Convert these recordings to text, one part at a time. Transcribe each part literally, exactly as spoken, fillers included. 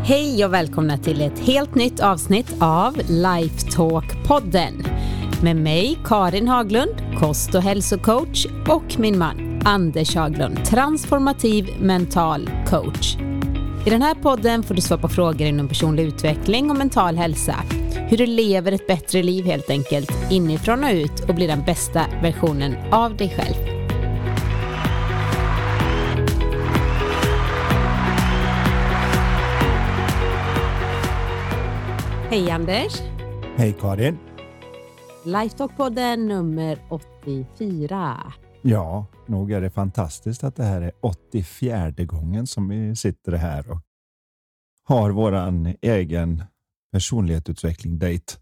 Hej och välkomna till ett helt nytt avsnitt av Lifetalk-podden. Med mig Karin Haglund, kost- och hälsocoach, och min man Anders Haglund, transformativ mental coach. I den här podden får du svara på frågor inom personlig utveckling och mental hälsa. Hur du lever ett bättre liv helt enkelt, inifrån och ut, och blir den bästa versionen av dig själv. Hej Anders. Hej Karin. Lifetalk-podden nummer åttiofyra. Ja, nog är det fantastiskt att det här är åttiofjärde gången som vi sitter här och har våran egen personlighetsutveckling-date.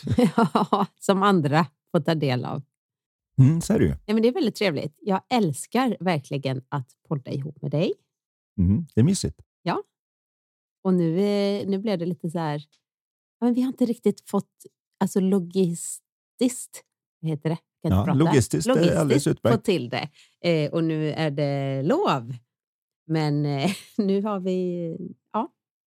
Ja, som andra får ta del av. Mm, så är det ju. Ja, men det är väldigt trevligt. Jag älskar verkligen att podda ihop med dig. Mm, det är mysigt. Ja. Och nu, nu blev det lite så här... Men vi har inte riktigt fått, alltså logistiskt, vad heter det? Kan Ja, logistiskt, logistiskt är alldeles utmärkt. Fått till det. Eh, och nu är det lov. Men eh, nu har vi, ja.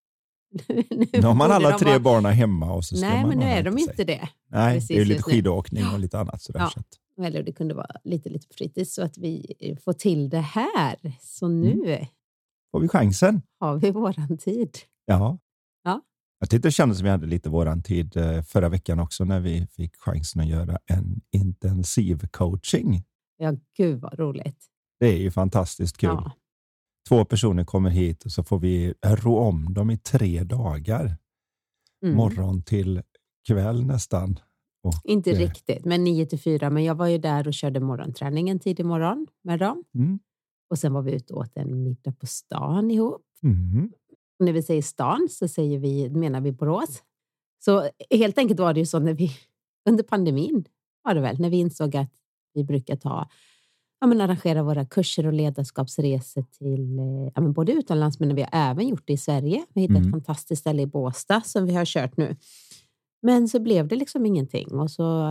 nu, nu har man alla tre vara... barnen hemma. Och så ska Nej, man men nu är inte de sig. inte det. Nej, Precis, det är ju lite nu. skidåkning och lite annat. Sådär, ja. så att... Eller det kunde vara lite, lite på fritids, så att vi får till det här. Så nu mm. får vi chansen. Har vi våran tid. Ja. Ja. Jag tyckte det kändes som vi hade lite våran tid förra veckan också, när vi fick chansen att göra en intensiv coaching. Ja, gud vad roligt. Det är ju fantastiskt kul. Ja. Två personer kommer hit och så får vi rå om dem i tre dagar. Mm. Morgon till kväll nästan. Och, Inte eh, riktigt, men nio till fyra. Men jag var ju där och körde morgonträningen tidig morgon med dem. Mm. Och sen var vi ute och åt en middag på stan ihop. Mm. Och när vi säger stan så säger vi, menar vi Borås. Så helt enkelt var det ju så när vi, under pandemin var det väl, när vi insåg att vi brukar ta, ja men arrangera våra kurser och ledarskapsresor till, ja men både utomlands, men vi har även gjort det i Sverige. Vi hittade mm. ett fantastiskt ställe i Båstad som vi har kört nu. Men så blev det liksom ingenting. Och så,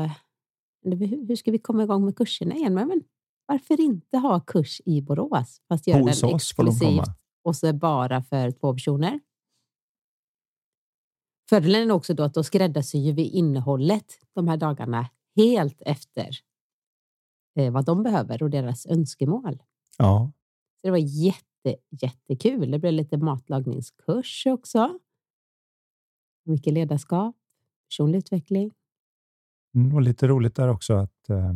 hur ska vi komma igång med kurserna igen? Men varför inte ha kurs i Borås? Fast göra den exklusivt. Och så bara för två personer. Fördelen är också då att då skräddarsyr vi innehållet de här dagarna helt efter eh, vad de behöver och deras önskemål. Ja. Så det var jätte, jättekul. Det blev lite matlagningskurs också. Mycket ledarskap, personlig utveckling. Mm, och lite roligt där också att eh,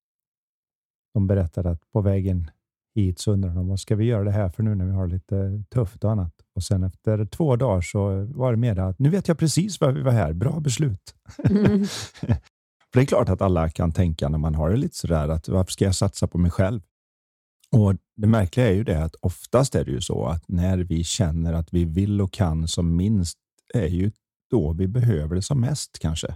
de berättade att på vägen hit så undrar de, vad ska vi göra det här för nu när vi har lite tufft och annat. Och sen efter två dagar så var det mer att nu vet jag precis vad vi var här. Bra beslut. Mm. För det är klart att alla kan tänka när man har det lite sådär att varför ska jag satsa på mig själv? Och det märkliga är ju det att oftast är det ju så att när vi känner att vi vill och kan som minst är ju då vi behöver det som mest kanske.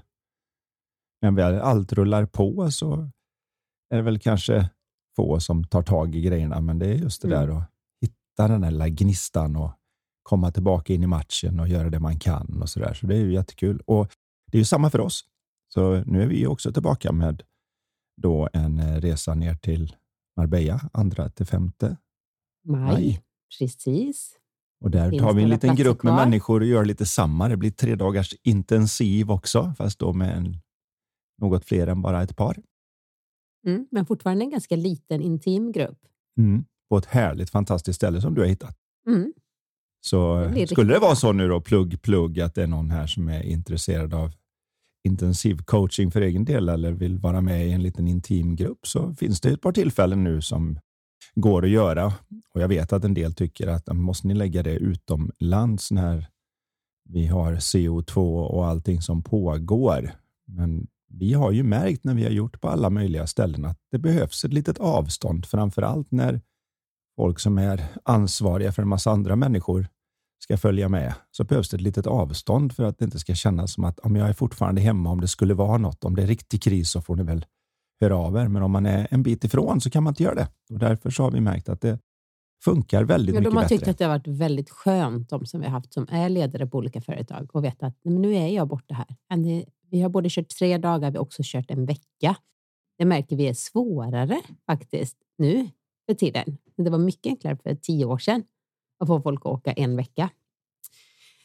Men väl allt rullar på så är det väl kanske få som tar tag i grejerna, men det är just det mm. där att hitta den där lilla gnistan och komma tillbaka in i matchen och göra det man kan och sådär. Så det är ju jättekul. Och det är ju samma för oss. Så nu är vi också tillbaka med då en resa ner till Marbella, andra till femte maj. maj. Precis. Och där Finns tar vi en liten grupp kvar? Med människor och gör lite samma. Det blir tre dagars intensiv också, fast då med en, något fler än bara ett par. Mm, men fortfarande en ganska liten, intim grupp. Mm, på ett härligt, fantastiskt ställe som du har hittat. Mm. Så det skulle det vara så nu då, plugg, plugg, att det är någon här som är intresserad av intensiv coaching för egen del eller vill vara med i en liten intim grupp, så finns det ett par tillfällen nu som går att göra. Och jag vet att en del tycker att måste ni lägga det utomlands när vi har C O två och allting som pågår. Men vi har ju märkt när vi har gjort på alla möjliga ställen att det behövs ett litet avstånd, framförallt när folk som är ansvariga för en massa andra människor ska följa med. Så behövs det ett litet avstånd för att det inte ska kännas som att om jag är fortfarande hemma, om det skulle vara något, om det är riktig kris så får ni väl höra av er. Men om man är en bit ifrån så kan man inte göra det. Och därför så har vi märkt att det funkar väldigt ja, mycket bättre. De har tyckt att det har varit väldigt skönt, de som vi har haft som är ledare på olika företag, och vet att men nu är jag borta här. Vi har både kört tre dagar, vi har också kört en vecka. Det märker vi är svårare faktiskt nu för tiden. Det var mycket enklare för tio år sedan att få folk att åka en vecka.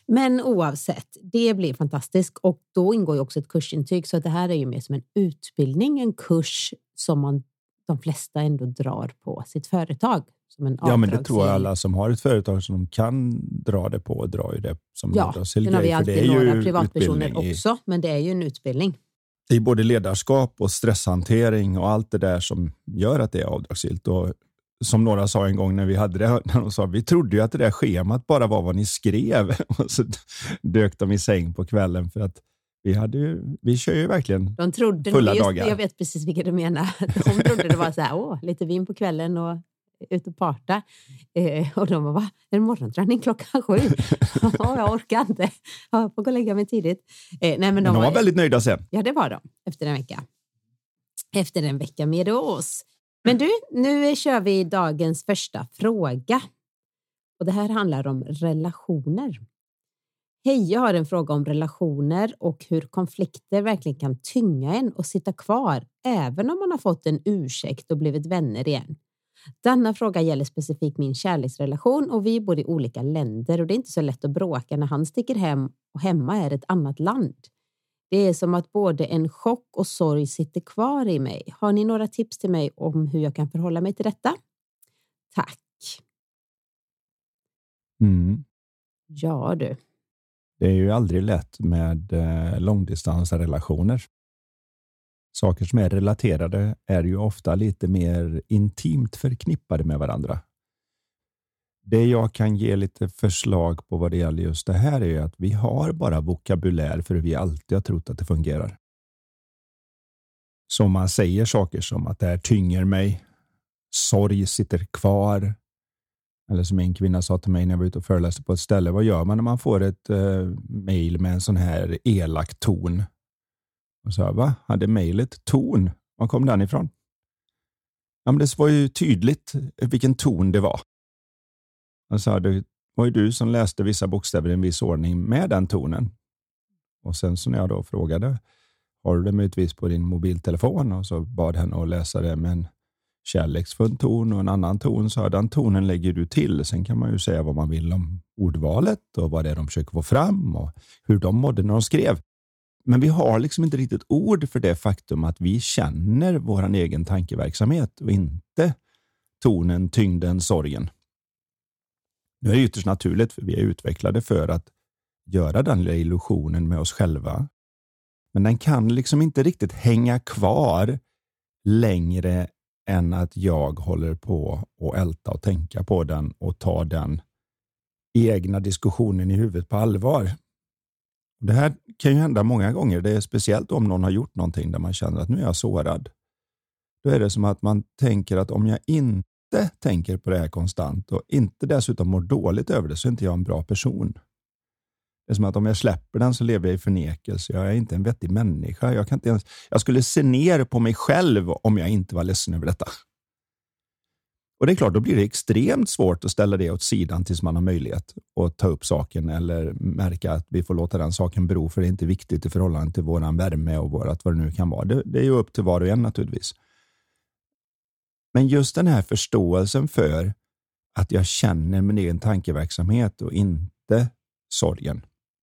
Men oavsett, det blir fantastiskt och då ingår ju också ett kursintyg så att det här är ju mer som en utbildning, en kurs som man, de flesta ändå drar på sitt företag. Som en ja, men det tror jag alla som har ett företag som de kan dra det på, drar ju det som ja, avdragsgill grej. Ja, vi har alltid några privatpersoner i, också, men det är ju en utbildning. Det är både ledarskap och stresshantering och allt det där som gör att det är avdragsgillt. Och som några sa en gång när vi hade det, när de sa vi trodde ju att det där schemat bara var vad ni skrev. Och så dök de i säng på kvällen för att vi hade ju, vi kör ju verkligen de trodde fulla just, dagar. Jag vet precis vilka du menar. De trodde det var så här, åh, lite vin på kvällen och ut och parta. Eh, och de var, va? En morgonträning klockan sju? Ja, jag orkar inte. Jag får gå och lägga mig tidigt. Eh, nej, men de, men de var, var väldigt nöjda sen. Ja, det var de. Efter en vecka. Efter en vecka med oss. Men du, nu kör vi dagens första fråga. Och det här handlar om relationer. Hej, jag har en fråga om relationer och hur konflikter verkligen kan tynga en och sitta kvar även om man har fått en ursäkt och blivit vänner igen. Denna fråga gäller specifikt min kärleksrelation och vi bor i olika länder och det är inte så lätt att bråka när han sticker hem och hemma är ett annat land. Det är som att både en chock och sorg sitter kvar i mig. Har ni några tips till mig om hur jag kan förhålla mig till detta? Tack. Mm. Ja du. Det är ju aldrig lätt med eh, långdistansrelationer. Saker som är relaterade är ju ofta lite mer intimt förknippade med varandra. Det jag kan ge lite förslag på vad det gäller just det här är att vi har bara vokabulär för vi alltid har trott att det fungerar. Så man säger saker som att det här tynger mig, sorg sitter kvar. Eller som en kvinna sa till mig när jag var ute och föreläste på ett ställe, vad gör man när man får ett eh, mejl med en sån här elak ton? Och så, va? Hade mejlet ton? Var kom den ifrån? Ja, men det var ju tydligt vilken ton det var. Och så, det var ju du som läste vissa bokstäver i en viss ordning med den tonen. Och sen så när jag då frågade, har du det möjligtvis på din mobiltelefon? Och så bad henne att läsa det med en kärleksfull ton och en annan ton, så den tonen lägger du till. Sen kan man ju säga vad man vill om ordvalet och vad det är de försöker få fram och hur de mådde när de skrev. Men vi har liksom inte riktigt ord för det faktum att vi känner våran egen tankeverksamhet och inte tonen, tyngden, sorgen. Nu är det ytterst naturligt för vi är utvecklade för att göra den lilla illusionen med oss själva. Men den kan liksom inte riktigt hänga kvar längre än att jag håller på och älta och tänka på den och ta den egna diskussionen i huvudet på allvar. Det här kan ju hända många gånger. Det är speciellt om någon har gjort någonting där man känner att nu är jag sårad. Då är det som att man tänker att om jag inte tänker på det här konstant och inte dessutom mår dåligt över det så är inte jag en bra person. Det är som att om jag släpper den så lever jag i förnekelse. Jag är inte en vettig människa. Jag kan inte ens, jag skulle se ner på mig själv om jag inte var ledsen över detta. Och det är klart, då blir det extremt svårt att ställa det åt sidan tills man har möjlighet att ta upp saken eller märka att vi får låta den saken bero för det är inte viktigt i förhållande till våran värme och vårat vad det nu kan vara. Det, det är ju upp till var och en naturligtvis. Men just den här förståelsen för att jag känner min egen tankeverksamhet och inte sorgen.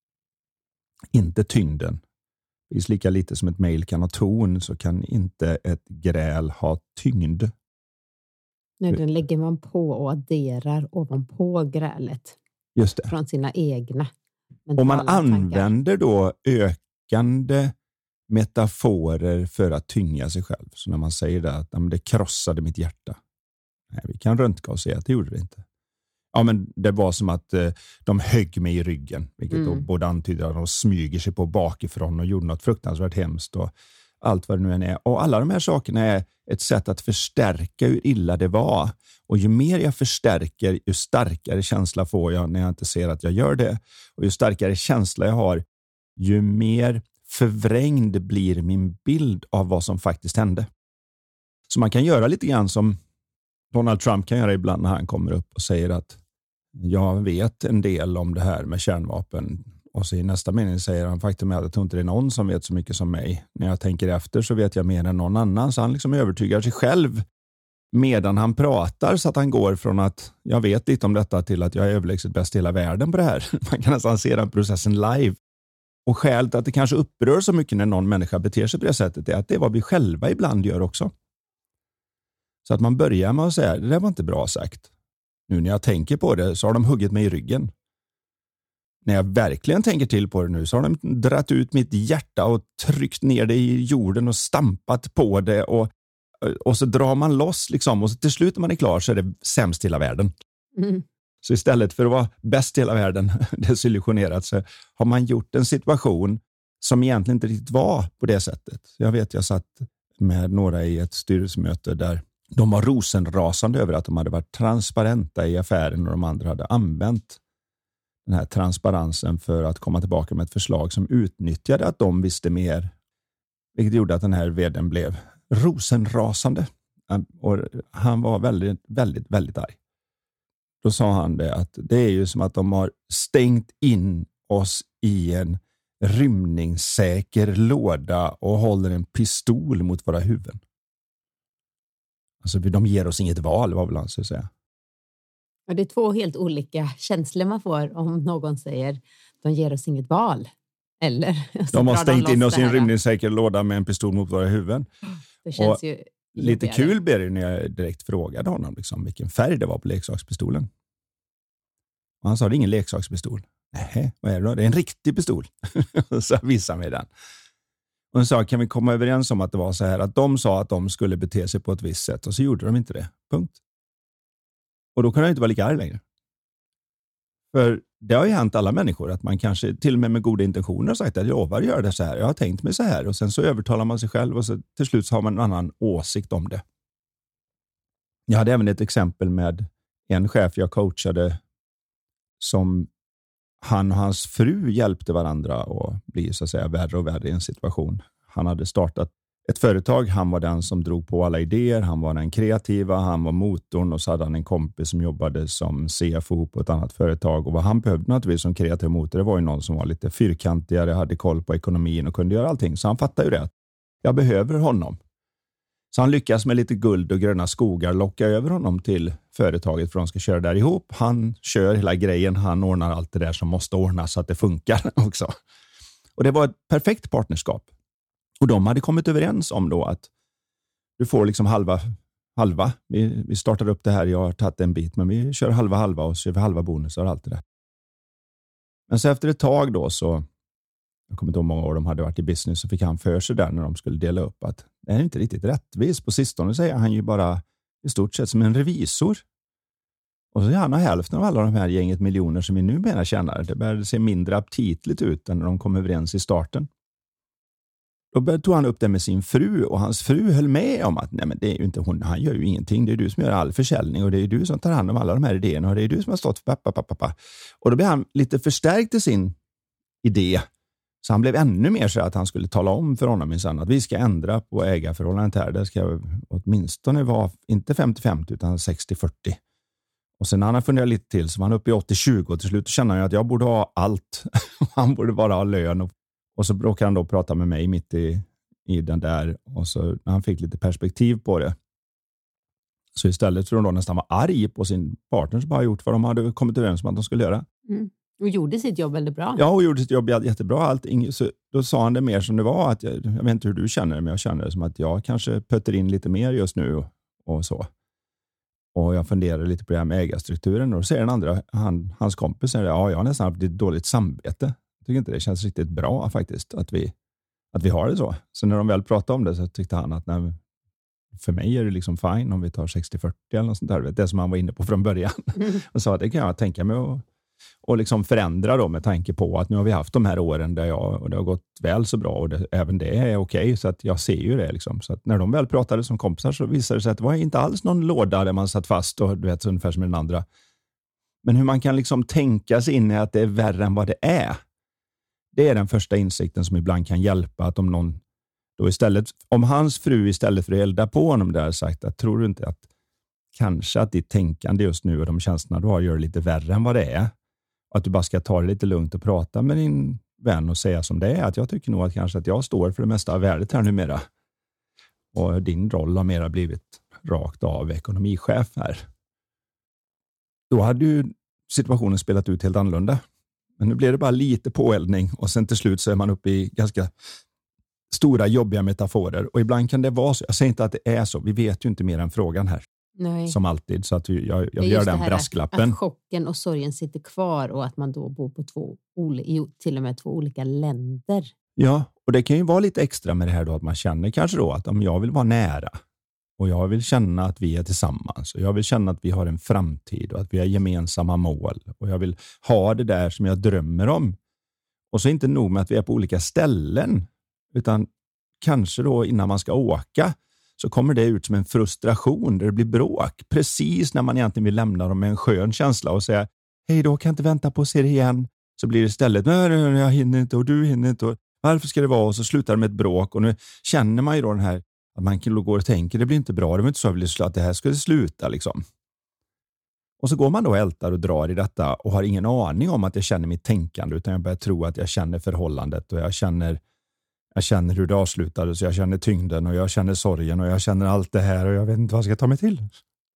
Inte tyngden. Visst lika lite som ett mejl kan ha ton så kan inte ett gräl ha tyngd. Nej, den lägger man på och adderar ovanpå grälet. Just det. Från sina egna. Och man använder då ökande metaforer för att tynga sig själv. Så när man säger det att det krossade mitt hjärta. Nej, vi kan röntga och säga att det gjorde det inte. Ja, men det var som att eh, de högg mig i ryggen. Vilket mm. då både antyder att de smyger sig på bakifrån och gjorde något fruktansvärt hemskt. Och allt vad det nu än är. Och alla de här sakerna är ett sätt att förstärka hur illa det var. Och ju mer jag förstärker, ju starkare känsla får jag när jag inte ser att jag gör det. Och ju starkare känsla jag har, ju mer förvrängd blir min bild av vad som faktiskt hände. Så man kan göra lite grann som Donald Trump kan göra ibland när han kommer upp och säger att jag vet en del om det här med kärnvapen. Och så i nästa mening säger han faktum är att jag tror inte det är någon som vet så mycket som mig. När jag tänker efter så vet jag mer än någon annan. Så han liksom övertygar sig själv medan han pratar, så att han går från att jag vet lite om detta till att jag är överlägset bäst i hela världen på det här. Man kan nästan se den processen live. Och skälet att det kanske upprör så mycket när någon människa beter sig på det sättet är att det är vad vi själva ibland gör också. Så att man börjar med att säga, det där var inte bra sagt. Nu när jag tänker på det så har de huggit mig i ryggen. När jag verkligen tänker till på det nu så har de dratt ut mitt hjärta och tryckt ner det i jorden och stampat på det. Och, och så drar man loss liksom. Och så till slut när man är klar så är det sämst i hela världen. Mm. Så istället för att vara bäst i hela världen, desillusionerat, så har man gjort en situation som egentligen inte riktigt var på det sättet. Jag vet, jag satt med några i ett styrelsemöte där de var rosenrasande över att de hade varit transparenta i affären och de andra hade använt den här transparensen för att komma tillbaka med ett förslag som utnyttjade att de visste mer. Vilket gjorde att den här vdn blev rosenrasande. Och han var väldigt, väldigt, väldigt arg. Då sa han det att det är ju som att de har stängt in oss i en rymningssäker låda och håller en pistol mot våra huvuden. Alltså de ger oss inget val, vad vill han så säga. Ja, det är två helt olika känslor man får om någon säger de ger oss inget val. Eller de har stängt in oss i en rymningssäker låda med en pistol mot våra huvuden. Det känns ju lite kul blev det när jag direkt frågade honom liksom, vilken färg det var på leksakspistolen. Och han sa, det är ingen leksakspistol. Nej, vad är det då? Det är en riktig pistol. Så visade mig den. Och han sa, kan vi komma överens om att det var så här att de sa att de skulle bete sig på ett visst sätt och så gjorde de inte det. Punkt. Och då kan jag inte vara lika arg längre. För det har ju hänt alla människor att man kanske till och med med goda intentioner har sagt att jag lovar att göra det så här. Jag har tänkt mig så här och sen så övertalar man sig själv och så till slut så har man en annan åsikt om det. Jag hade även ett exempel med en chef jag coachade som han och hans fru hjälpte varandra och bli så att säga värre och värre i en situation. Han hade startat ett företag, han var den som drog på alla idéer, han var den kreativa, han var motorn och så hade han en kompis som jobbade som C F O på ett annat företag och vad han behövde naturligtvis som kreativ motor, det var ju någon som var lite fyrkantigare, hade koll på ekonomin och kunde göra allting. Så han fattade ju det. Jag behöver honom. Så han lyckas med lite guld och gröna skogar locka över honom till företaget för att de ska köra där ihop. Han kör hela grejen, han ordnar allt det där som måste ordnas så att det funkar också. Och det var ett perfekt partnerskap. Och de hade kommit överens om då att du får liksom halva, halva. Vi, vi startar upp det här, jag har tagit en bit, men vi kör halva, halva och så kör vi halva bonusar och allt det där. Men så efter ett tag då så, jag kommer inte ihåg många år de hade varit i business, så fick han för sig där när de skulle dela upp att det är inte riktigt rättvist. På sistone säger han ju bara i stort sett som en revisor. Och så är han har hälften av alla de här gänget miljoner som vi nu menar tjänar. Det började se mindre aptitligt ut än när de kom överens i starten. Då tog han upp det med sin fru och hans fru höll med om att nej men det är ju inte hon, han gör ju ingenting. Det är du som gör all försäljning och det är du som tar hand om alla de här idéerna och det är du som har stått för pappa, pappa, pappa. Och då blev han lite förstärkt i sin idé. Så han blev ännu mer så att han skulle tala om för honom minsann att vi ska ändra på ägarförhållandet här. Det ska åtminstone vara inte femtio femtio utan sextio fyrtio. Och sen när han funderade lite till så var han uppe i åttio tjugo och till slut kände han att jag borde ha allt. Han borde bara ha lön och Och så råkade han då prata med mig mitt i, i den där. Och så när han fick lite perspektiv på det. Så istället för att då nästan vara arg på sin partner som bara gjort vad de hade kommit överens om att de skulle göra. Mm. Och gjorde sitt jobb väldigt bra. Ja, och gjorde sitt jobb jättebra. Allting. Så då sa han det mer som det var. Att jag, jag vet inte hur du känner det, men jag känner det som att jag kanske pötter in lite mer just nu och, och så. Och jag funderar lite på det här med ägarstrukturen. Och då säger den andra, han, hans kompis, säger, ja, jag har nästan haft ett dåligt samvete. Jag tycker inte det känns riktigt bra faktiskt att vi, att vi har det så. Så när de väl pratade om det så tyckte han att nej, för mig är det liksom fine om vi tar sextio fyrtio eller något sånt där. Det som han var inne på från början. Mm. Och sa att det kan jag tänka mig och, och liksom förändra då med tanke på att nu har vi haft de här åren där jag, och det har gått väl så bra och det, även det är okej. Så att jag ser ju det liksom. Så att när de väl pratade som kompisar så visade det sig att det var inte alls någon låda där man satt fast och du vet så ungefär som den andra. Men hur man kan liksom tänka sig in i att det är värre än vad det är. Det är den första insikten som ibland kan hjälpa att om någon då istället, om hans fru istället för att elda på honom där sagt att tror du inte att kanske att ditt tänkande just nu och de känslorna du har gör det lite värre än vad det är. Att du bara ska ta det lite lugnt och prata med din vän och säga som det är. Att jag tycker nog att kanske att jag står för det mesta av värdet här numera. Och din roll har mera blivit rakt av ekonomichef här. Då hade ju situationen spelat ut helt annorlunda. Men nu blir det bara lite påeldning och sen till slut så är man uppe i ganska stora jobbiga metaforer. Och ibland kan det vara så. Jag säger inte att det är så. Vi vet ju inte mer än frågan här. Nej. Som alltid. Så att vi, jag, jag gör den brasklappen. Att chocken och sorgen sitter kvar och att man då bor på två, till och med två olika länder. Ja, och det kan ju vara lite extra med det här då att man känner kanske då att om jag vill vara nära och jag vill känna att vi är tillsammans och jag vill känna att vi har en framtid och att vi har gemensamma mål och jag vill ha det där som jag drömmer om. Och så inte nog med att vi är på olika ställen utan kanske då innan man ska åka så kommer det ut som en frustration där det blir bråk precis när man egentligen vill lämna dem med en skön känsla och säga hej då, kan jag inte vänta på att se det igen. Så blir det istället nej, nej, jag hinner inte och du hinner inte och varför ska det vara? Och så slutar det med ett bråk och nu känner man ju då den här att man kan gå och tänka det blir inte bra, det var inte så jag ville att det här skulle sluta liksom. Och så går man då och ältar och drar i detta och har ingen aning om att jag känner mitt tänkande utan jag börjar tro att jag känner förhållandet och jag känner jag känner hur det avslutade så jag känner tyngden och jag känner sorgen och jag känner allt det här och jag vet inte vad jag ska ta mig till.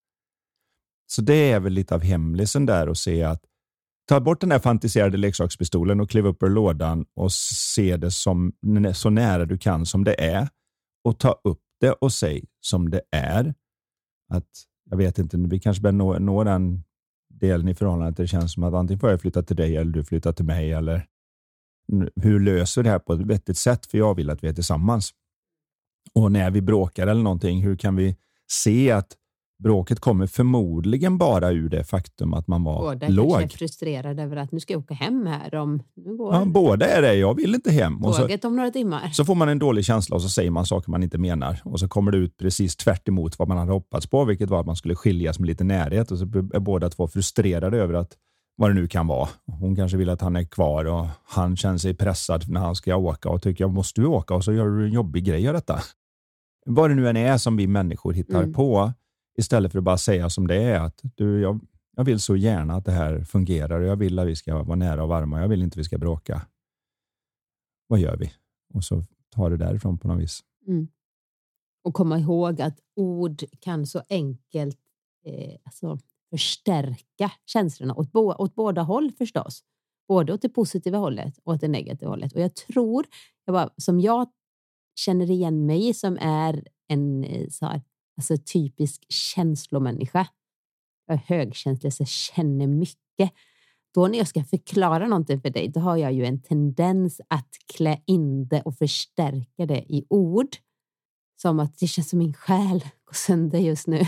Så det är väl lite av hemlisen där att se att ta bort den där fantiserade leksakspistolen och kliva upp ur lådan och se det som så nära du kan som det är och ta upp det och säg som det är att jag vet inte, vi kanske börjar nå, nå den delen i förhållandet där det känns som att antingen får jag flytta till dig eller du flyttar till mig eller hur löser det här på ett vettigt sätt för jag vill att vi är tillsammans. Och när vi bråkar eller någonting, hur kan vi se att bråket kommer förmodligen bara ur det faktum att man var båda låg. Båda är frustrerade över att nu ska jag åka hem här om... Nu går ja, båda är det, jag vill inte hem. Och så, om några timmar. Så får man en dålig känsla och så säger man saker man inte menar. Och så kommer det ut precis tvärt emot vad man hade hoppats på, vilket var att man skulle skiljas med lite närhet. Och så är båda två frustrerade över att vad det nu kan vara. Hon kanske vill att han är kvar och han känner sig pressad när han ska åka och tycker jag måste du åka och så gör du en jobbig grej av detta. Vad det nu än är som vi människor hittar mm. på istället för att bara säga som det är att du, jag, jag vill så gärna att det här fungerar och jag vill att vi ska vara nära och varma. Jag vill inte att vi ska bråka. Vad gör vi? Och så tar det därifrån på något vis. Mm. Och komma ihåg att ord kan så enkelt eh, alltså förstärka känslorna åt, bo- åt båda håll förstås. Både åt det positiva hållet och åt det negativa hållet. Och jag tror, jag bara, som jag känner igen mig som är en så här, alltså typisk känslomänniska. Jag är högkänslig så jag känner mycket. Då när jag ska förklara någonting för dig, då har jag ju en tendens att klä in det och förstärka det i ord. Som att det känns som min själ går sönder just nu.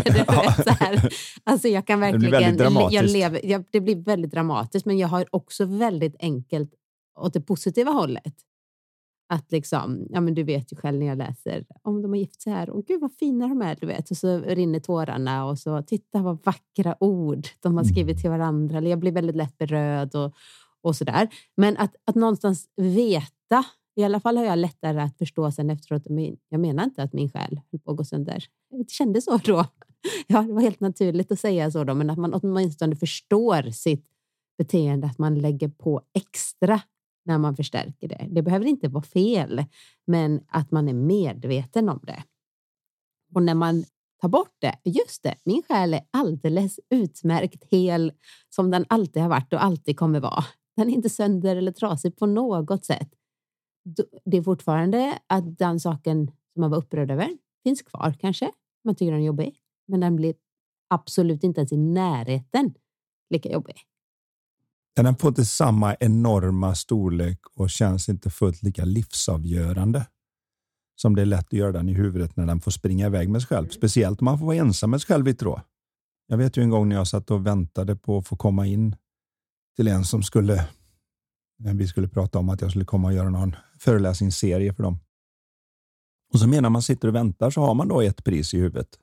så här. Alltså jag kan verkligen... Det blir väldigt dramatiskt. Jag lever, jag, det blir väldigt dramatiskt, men jag har också väldigt enkelt åt det positiva hållet. Att liksom, ja men du vet ju själv när jag läser om de har gift sig här. Och gud vad fina de är, du vet. Och så rinner tårarna och så titta vad vackra ord de har skrivit till varandra. Eller jag blir väldigt lätt berörd och, och sådär. Men att, att någonstans veta, i alla fall har jag lättare att förstå sen efteråt. Men jag menar inte att min själ höll på att gå sönder. Det kändes så då. Ja, det var helt naturligt att säga så då. Men att man åtminstone förstår sitt beteende. Att man lägger på extra när man förstärker det. Det behöver inte vara fel, men att man är medveten om det. Och när man tar bort det, just det, min själ är alldeles utmärkt hel som den alltid har varit och alltid kommer vara. Den är inte sönder eller trasig på något sätt. Det är fortfarande att den saken som man var upprörd över finns kvar kanske. Man tycker den är jobbig, men den blir absolut inte ens i närheten lika jobbig. Den får inte samma enorma storlek och känns inte fullt lika livsavgörande som det är lätt att göra den i huvudet när den får springa iväg med sig själv. Speciellt om man får vara ensam med sig själv i tro. Jag vet ju en gång när jag satt och väntade på att få komma in till en som skulle, vi skulle prata om att jag skulle komma och göra någon föreläsningsserie för dem. Och så menar man sitter och väntar så har man då ett pris i huvudet.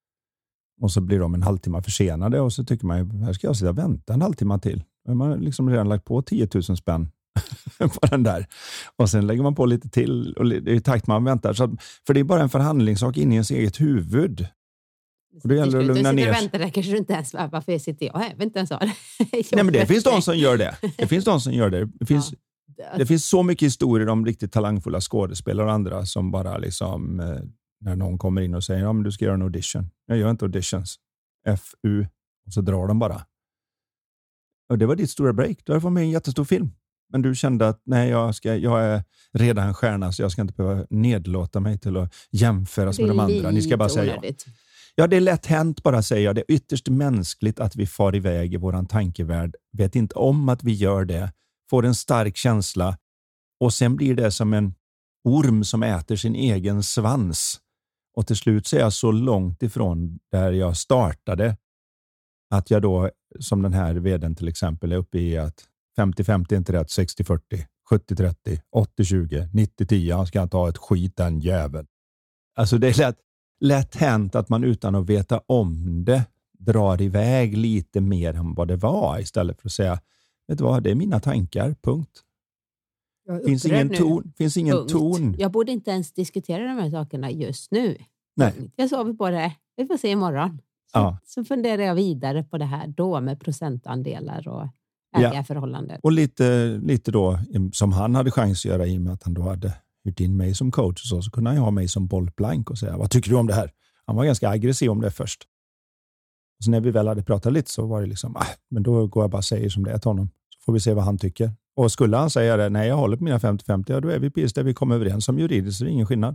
Och så blir de en halvtimme försenade och så tycker man ju, här ska jag sitta och vänta en halvtimme till. Man har liksom redan lagt på tio tusen spänn på den där. Och sen lägger man på lite till och i takt man väntar. Så, för det är bara en förhandlingssak in i ens eget huvud. Och det gäller att lugna ner sig. Där kanske du inte ens, varför sitter jag? Jag vet inte ens vad det. Nej, men det finns de som gör det. Det finns de som gör det. Det finns, ja. det finns så mycket historier om riktigt talangfulla skådespelare och andra som bara liksom... när någon kommer in och säger ja, men du ska göra en audition. Jag gör inte auditions. F U. Och så drar de bara. Och det var ditt stora break. Du har fått med en jättestor film. Men du kände att nej, jag, ska, jag är redan en stjärna så jag ska inte behöva nedlåta mig till att jämföras med de andra. Ni ska bara säga ja. Ja, det är lätt hänt bara säger jag. Det är ytterst mänskligt att vi far iväg i våran tankevärld. Vet inte om att vi gör det. Får en stark känsla. Och sen blir det som en orm som äter sin egen svans. Och till slut så är jag så långt ifrån där jag startade att jag då, som den här vdn till exempel, är uppe i att femtio femtio är inte rätt, sextio fyrtio, sjuttio trettio, åttio tjugo, nittio tio, han ska inte ha ett skit den jäveln. Alltså det är lätt, lätt hänt att man utan att veta om det drar iväg lite mer än vad det var istället för att säga, vet du vad, det är mina tankar, punkt. Finns ingen ton, finns ingen punkt. ton. Jag borde inte ens diskutera de här sakerna just nu. Nej. Jag sover på det. Vi får se imorgon. Så, ja. så funderar jag vidare på det här då med procentandelar och ägarförhållanden. Ja. Och lite, lite då som han hade chans att göra i och med att han då hade hyrt in mig som coach och så, så kunde han ju ha mig som bollplank och säga, vad tycker du om det här? Han var ganska aggressiv om det först. Och så när vi väl hade pratat lite så var det liksom, ah, men då går jag bara och säger som det är till honom. Så får vi se vad han tycker. Och skulle han säga det, nej jag håller på mina femtio femtio, ja, då är vi precis där vi kommer överens om juridiskt, så det är ingen skillnad.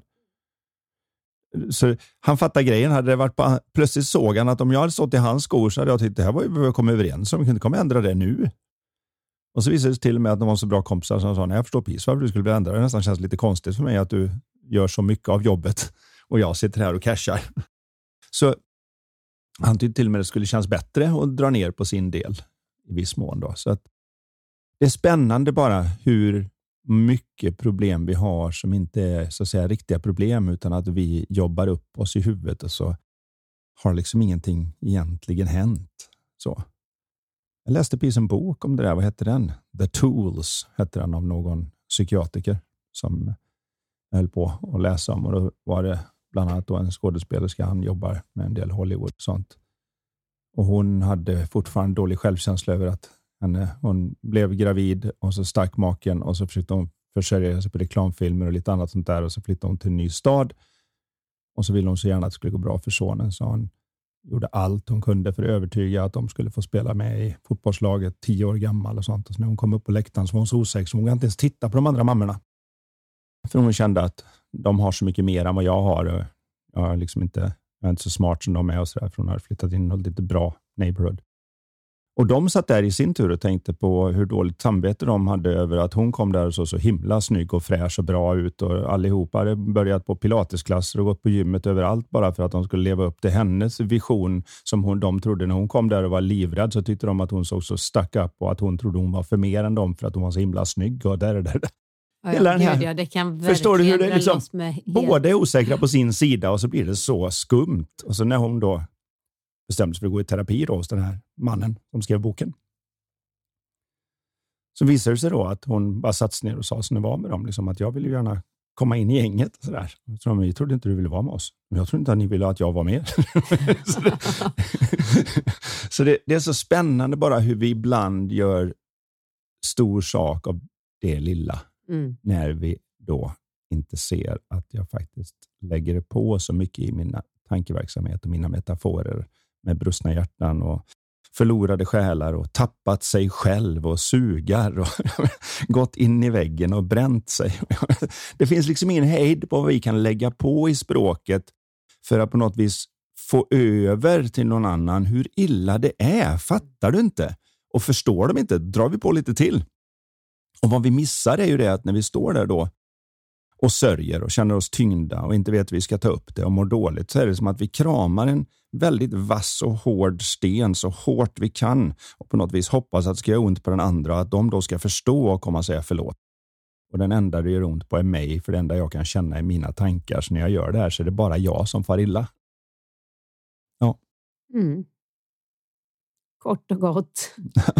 Så han fattar grejen, hade det varit på, plötsligt såg han att om jag hade stått i hans skor så hade jag tyckt det här var ju vad vi kom överens om, vi kunde komma ändra det nu. Och så visade det till och med att de var så bra kompisar som sa, nej jag förstår precis varför du skulle bli ändrad, det nästan känns lite konstigt för mig att du gör så mycket av jobbet och jag sitter här och cashar. Så han tyckte till och med att det skulle kännas bättre att dra ner på sin del i viss mån då. Så att det är spännande bara hur mycket problem vi har som inte är så att säga riktiga problem utan att vi jobbar upp oss i huvudet och så har liksom ingenting egentligen hänt. Så. Jag läste precis en bok om det där, vad hette den? The Tools hette den av någon psykiatriker som höll på att läsa om och då var det bland annat då en skådespelerska, han jobbar med en del Hollywood och sånt. Och hon hade fortfarande dålig självkänsla över att henne, hon blev gravid och så stack maken och så försökte hon försörja sig på reklamfilmer och lite annat sånt där och så flyttade hon till en ny stad och så ville hon så gärna att det skulle gå bra för sonen så hon gjorde allt hon kunde för att övertyga att de skulle få spela med i fotbollslaget tio år gammal och sånt och så när hon kom upp på läktaren så var hon så osäker så hon kunde inte ens titta på de andra mammorna för hon kände att de har så mycket mer än vad jag har och jag är liksom inte, jag är inte så smart som de är och sådär för hon har flyttat in och lite bra neighborhood. Och de satt där i sin tur och tänkte på hur dåligt samvete de hade över att hon kom där och så, så himla snygg och fräsch och bra ut och allihopa hade börjat på pilatesklasser och gått på gymmet överallt bara för att de skulle leva upp till hennes vision som hon, de trodde när hon kom där och var livrädd så tyckte de att hon såg så stuck up och att hon trodde hon var för mer än dem för att hon var så himla snygg och där och där. Ja, Hela den här, ja, det kan förstår du hur det är liksom, med båda är osäkra på sin sida och så blir det så skumt och så när hon då bestämde sig för att gå i terapi då hos den här mannen som skrev boken. Så visade det sig då att hon bara satt ner och sa som det var med dem. Liksom att jag ville gärna komma in i gänget. Och så där. Så de, jag trodde inte du ville vara med oss. Men jag trodde inte att ni ville att jag var med. så det, så det, det är så spännande bara hur vi ibland gör stor sak av det lilla. Mm. När vi då inte ser att jag faktiskt lägger det på så mycket i mina tankeverksamhet och mina metaforer med brustna hjärtan och förlorade själar och tappat sig själv och sugar och gått in i väggen och bränt sig. Det finns liksom ingen hejd på vad vi kan lägga på i språket för att på något vis få över till någon annan hur illa det är. Fattar du inte? Och förstår de inte, drar vi på lite till. Och vad vi missar är ju det att när vi står där då och sörjer och känner oss tyngda och inte vet att vi ska ta upp det och mår dåligt så är det som att vi kramar en väldigt vass och hård sten så hårt vi kan och på något vis hoppas att det ska göra ont på den andra och att de då ska förstå och komma och säga förlåt. Och den enda det gör ont på är mig för det enda jag kan känna är mina tankar så när jag gör det här så är det bara jag som far illa. Ja. Mm. Kort och gott.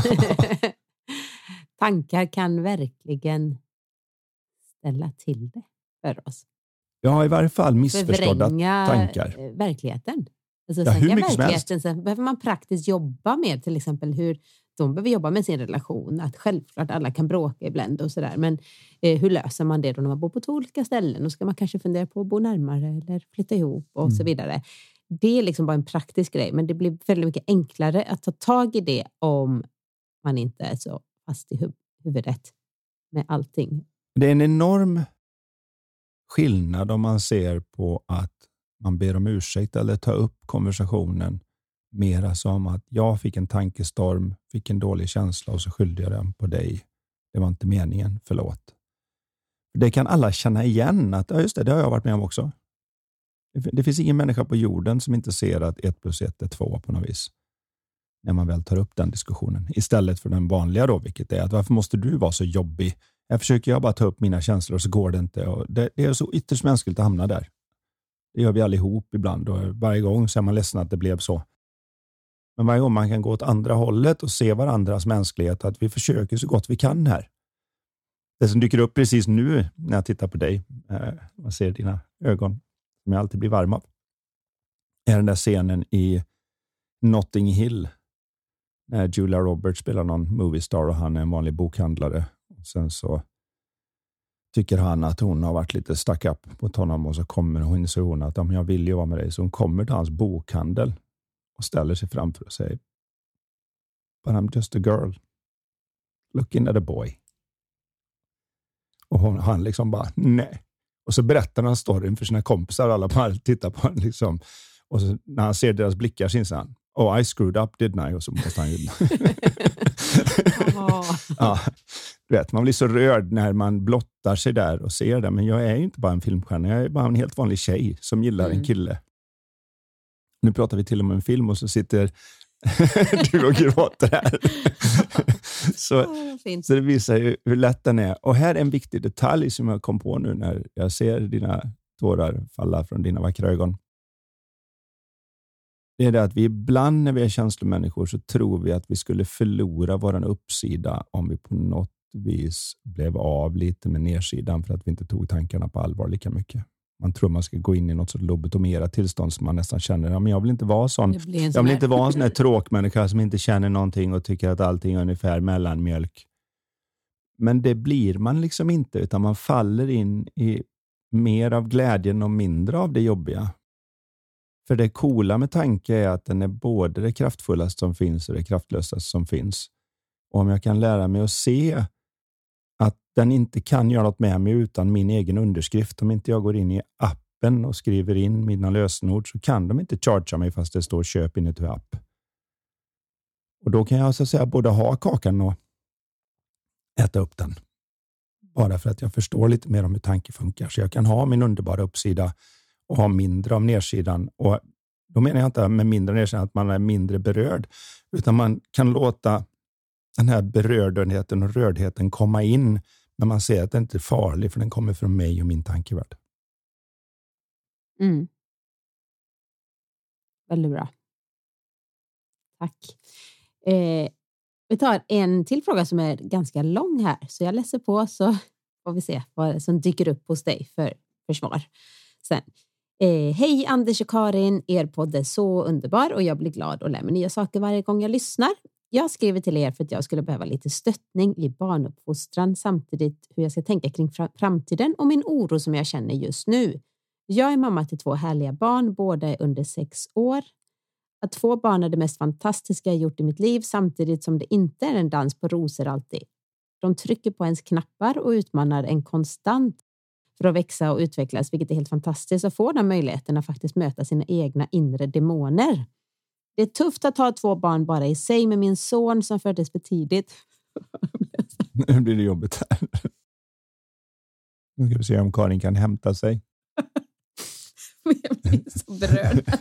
Tankar kan verkligen ställa till det för oss. Ja, i varje fall missförstådda Förvränga tankar. Verkligheten. Alltså, ja, hur mycket verkligheten, sen behöver man praktiskt jobba med till exempel hur de behöver jobba med sin relation. Att självklart alla kan bråka ibland och sådär. Men eh, hur löser man det då när man bor på två olika ställen? Och ska man kanske fundera på att bo närmare eller flytta ihop och mm. så vidare. Det är liksom bara en praktisk grej. Men det blir väldigt mycket enklare att ta tag i det om man inte är så fast i hu- huvudet med allting. Det är en enorm skillnad om man ser på att man ber om ursäkt eller tar upp konversationen mera som att jag fick en tankestorm, fick en dålig känsla och så skyllde jag den på dig. Det var inte meningen, förlåt. Det kan alla känna igen att ja just det, det har jag varit med om också. Det finns ingen människa på jorden som inte ser att ett plus ett är två på något vis. När man väl tar upp den diskussionen. Istället för den vanliga då, vilket är att varför måste du vara så jobbig? Jag försöker jag bara ta upp mina känslor och så går det inte. Och det, det är så ytterst mänskligt att hamna där. Det gör vi allihop ibland och varje gång så är man ledsen att det blev så. Men varje gång man kan gå åt andra hållet och se varandras mänsklighet att vi försöker så gott vi kan här. Det som dyker upp precis nu när jag tittar på dig, eh, man ser dina ögon som jag alltid blir varm av, är den där scenen i Notting Hill när Julia Roberts spelar någon movie star och han är en vanlig bokhandlare. Och sen så tycker han att hon har varit lite stuck up mot honom och så kommer hon så hon att om jag vill ju vara med dig, så hon kommer till hans bokhandel och ställer sig framför och säger but I'm just a girl looking at a boy. Och hon, han liksom bara nej. Och så berättar han storyn för sina kompisar och alla bara tittar på honom liksom. Och så, när han ser deras blickar så inser han oh I screwed up didn't I? Och så måste han ju ja, du vet, man blir så rörd när man blottar sig där och ser det. Men jag är ju inte bara en filmstjärna, jag är bara en helt vanlig tjej som gillar mm. en kille. Nu pratar vi till och med om en film och så sitter du och gråter här. så, oh, så det visar ju hur lätt den är. Och här är en viktig detalj som jag kom på nu när jag ser dina tårar falla från dina vackra ögon. Det är det att vi ibland när vi är känslomänniskor så tror vi att vi skulle förlora våran uppsida om vi på något vis blev av lite med nedsidan för att vi inte tog tankarna på allvar lika mycket. Man tror man ska gå in i något sådant lobotomerat tillstånd som man nästan känner, ja men jag vill inte vara sån. Jag vill inte vara en sån här tråkmänniska som inte känner någonting och tycker att allting är ungefär mellanmjölk. Men det blir man liksom inte, utan man faller in i mer av glädjen och mindre av det jobbiga. För det coola med tanke är att den är både det kraftfullaste som finns och det kraftlösaste som finns. Och om jag kan lära mig att se att den inte kan göra något med mig utan min egen underskrift. Om inte jag går in i appen och skriver in mina lösenord så kan de inte chargea mig fast det står köp in i app. Och då kan jag så att säga både ha kakan och äta upp den. Bara för att jag förstår lite mer om hur tanke funkar. Så jag kan ha min underbara uppsida och ha mindre av nedsidan. Och då menar jag inte med mindre nedsidan att man är mindre berörd. Utan man kan låta den här berördheten och rördheten komma in. Men man ser att den inte är farlig för den kommer från mig och min tankevärld. Mm. Väldigt bra. Tack. Eh, vi tar en till fråga som är ganska lång här. Så jag läser på så får vi se vad som dyker upp hos dig för försvar. Sen. Eh, Hej Anders och Karin, er podd är så underbar och jag blir glad och lär mig nya saker varje gång jag lyssnar. Jag skriver till er för att jag skulle behöva lite stöttning i barnuppfostran samtidigt hur jag ska tänka kring framtiden och min oro som jag känner just nu. Jag är mamma till två härliga barn, båda är under sex år. Att få barn är det mest fantastiska jag gjort i mitt liv samtidigt som det inte är en dans på rosor alltid. De trycker på ens knappar och utmanar en konstant för att växa och utvecklas, vilket är helt fantastiskt att få den möjligheten att faktiskt möta sina egna inre demoner. Det är tufft att ha två barn bara i sig med min son som föddes för tidigt. Nu blir det jobbigt här. Nu ska vi se om Karin kan hämta sig. Jag blir så berörd.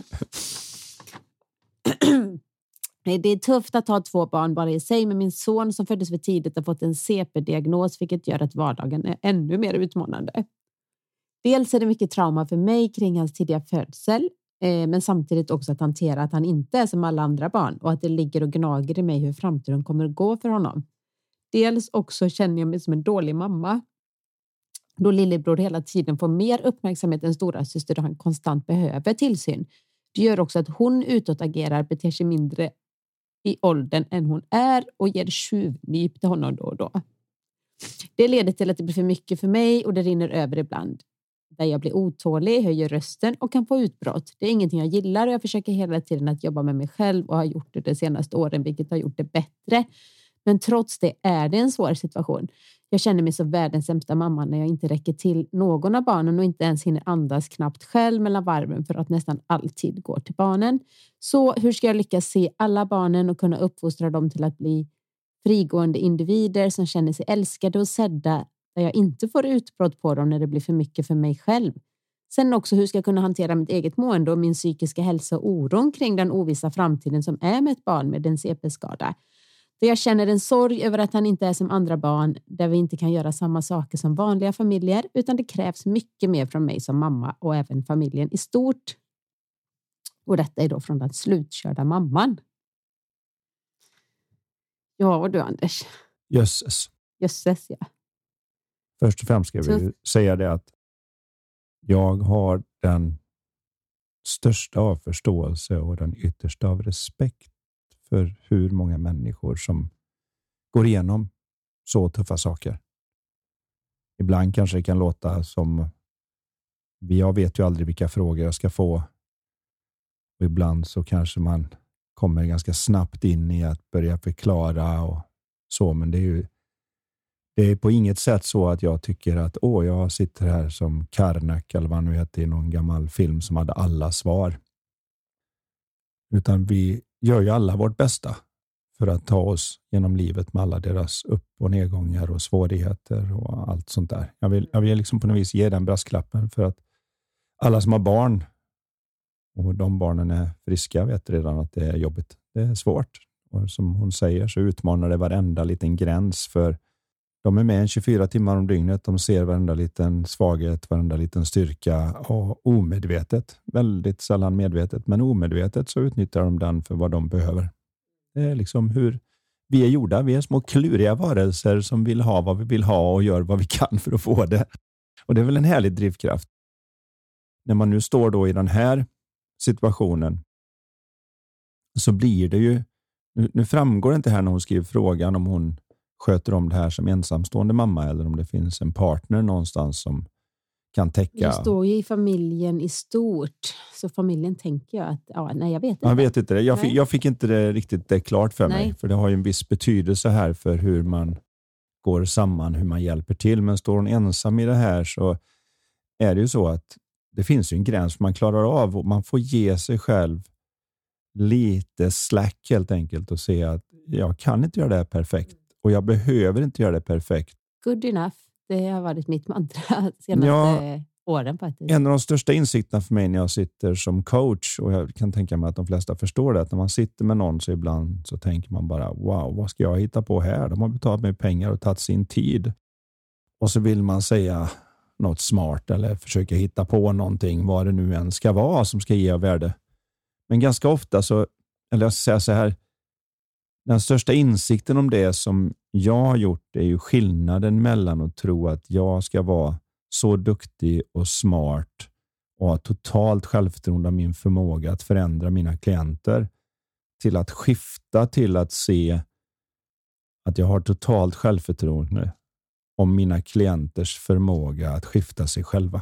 Det är tufft att ha två barn bara i sig med min son som föddes för tidigt och fått en C P-diagnos, vilket gör att vardagen är ännu mer utmanande. Dels är det mycket trauma för mig kring hans tidiga födsel, eh, men samtidigt också att hantera att han inte är som alla andra barn och att det ligger och gnager i mig hur framtiden kommer att gå för honom. Dels också känner jag mig som en dålig mamma, då lillebror hela tiden får mer uppmärksamhet än stora syster och han konstant behöver tillsyn. Det gör också att hon utåtagerar, beter sig mindre i åldern än hon är och ger tjuvnyp till honom då och då. Det leder till att det blir för mycket för mig och det rinner över ibland. Där jag blir otålig, höjer rösten och kan få utbrott. Det är ingenting jag gillar och jag försöker hela tiden att jobba med mig själv och har gjort det de senaste åren, vilket har gjort det bättre. Men trots det är det en svår situation. Jag känner mig så världens sämsta mamma när jag inte räcker till någon av barnen och inte ens hinner andas knappt själv mellan varven för att nästan alltid går till barnen. Så hur ska jag lyckas se alla barnen och kunna uppfostra dem till att bli frigående individer som känner sig älskade och sedda, där jag inte får utbrott på dem när det blir för mycket för mig själv. Sen också hur ska jag kunna hantera mitt eget mående och min psykiska hälsa och oron kring den ovissa framtiden som är med ett barn med en C P-skada. Där jag känner en sorg över att han inte är som andra barn, där vi inte kan göra samma saker som vanliga familjer, utan det krävs mycket mer från mig som mamma och även familjen i stort. Och detta är då från den slutkörda mamman. Ja, och du Anders? Jösses. Jösses, ja. Först och främst ska vi ju säga det att jag har den största av förståelse och den yttersta av respekt för hur många människor som går igenom så tuffa saker. Ibland kanske det kan låta som jag vet ju aldrig vilka frågor jag ska få. Och ibland så kanske man kommer ganska snabbt in i att börja förklara och så, men det är ju det är på inget sätt så att jag tycker att åh, jag sitter här som Karnak eller vad nu heter i någon gammal film som hade alla svar. Utan vi gör ju alla vårt bästa för att ta oss genom livet med alla deras upp- och nedgångar och svårigheter och allt sånt där. Jag vill, jag vill liksom på något vis ge den brasklappen för att alla som har barn och de barnen är friska vet redan att det är jobbigt. Det är svårt. Och som hon säger så utmanar det varenda liten gräns för de är med en tjugofyra timmar om dygnet. De ser varenda liten svaghet, varenda liten styrka och omedvetet, väldigt sällan medvetet, men omedvetet så utnyttjar de den för vad de behöver. Det är liksom hur vi är gjorda. Vi är små kluriga varelser som vill ha vad vi vill ha och gör vad vi kan för att få det. Och det är väl en härlig drivkraft. När man nu står då i den här situationen så blir det ju, nu, nu framgår det inte här när hon skriver frågan om hon sköter om det här som ensamstående mamma eller om det finns en partner någonstans som kan täcka. Det står ju i familjen i stort. Så familjen tänker jag att, ja, nej jag vet inte. Jag vet inte det. Jag fick, jag fick inte det riktigt det klart för nej. mig. För det har ju en viss betydelse här för hur man går samman, hur man hjälper till. Men står hon ensam i det här så är det ju så att det finns ju en gräns man klarar av och man får ge sig själv lite slack helt enkelt och se att jag kan inte göra det här perfekt. Och jag behöver inte göra det perfekt. Good enough. Det har varit mitt mantra senaste ja, åren faktiskt. En av de största insikterna för mig när jag sitter som coach, och jag kan tänka mig att de flesta förstår det, att när man sitter med någon så ibland så tänker man bara wow, vad ska jag hitta på här? De har betalat mig pengar och tagit sin tid. Och så vill man säga något smart eller försöka hitta på någonting, vad det nu än ska vara som ska ge värde. Men ganska ofta så, eller jag ska säga så här, den största insikten om det som jag har gjort är ju skillnaden mellan att tro att jag ska vara så duktig och smart och ha totalt självförtroende av min förmåga att förändra mina klienter till att skifta till att se att jag har totalt självförtroende om mina klienters förmåga att skifta sig själva.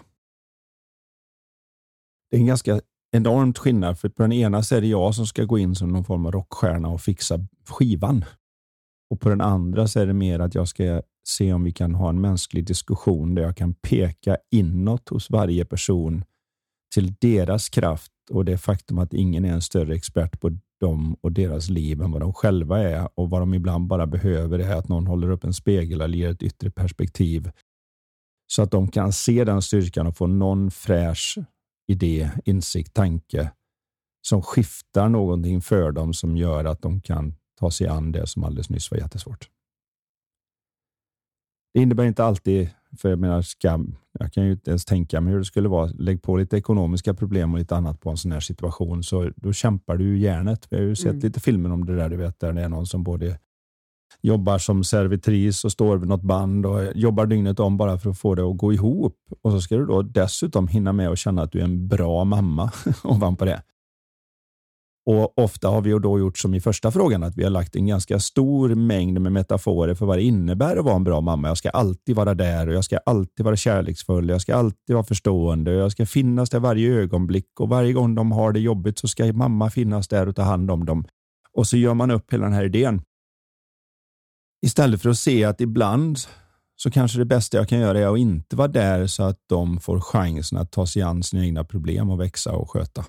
Det är en ganska enormt skillnad, för på den ena så är det jag som ska gå in som någon form av rockstjärna och fixa skivan. Och på den andra så är det mer att jag ska se om vi kan ha en mänsklig diskussion där jag kan peka inåt hos varje person till deras kraft och det faktum att ingen är en större expert på dem och deras liv än vad de själva är, och vad de ibland bara behöver är att någon håller upp en spegel eller ger ett yttre perspektiv så att de kan se den styrkan och få någon fräsch idé, insikt, tanke som skiftar någonting för dem som gör att de kan ta sig an det som alldeles nyss var jättesvårt. Det innebär inte alltid, för jag menar skam, jag kan ju inte ens tänka mig hur det skulle vara, lägg på lite ekonomiska problem och lite annat på en sån här situation, så då kämpar du ju hjärnet. Vi har ju sett mm. lite filmer om det där, du vet, där det är någon som både jobbar som servitris och står vid något band och jobbar dygnet om bara för att få det att gå ihop. Och så ska du då dessutom hinna med och känna att du är en bra mamma ovanpå det. Och ofta har vi ju då gjort som i första frågan, att vi har lagt en ganska stor mängd med metaforer för vad det innebär att vara en bra mamma. Jag ska alltid vara där och jag ska alltid vara kärleksfull. Jag ska alltid vara förstående och jag ska finnas där varje ögonblick. Och varje gång de har det jobbigt så ska mamma finnas där och ta hand om dem. Och så gör man upp hela den här idén. Istället för att se att ibland så kanske det bästa jag kan göra är att inte vara där så att de får chansen att ta sig an sina egna problem och växa och sköta.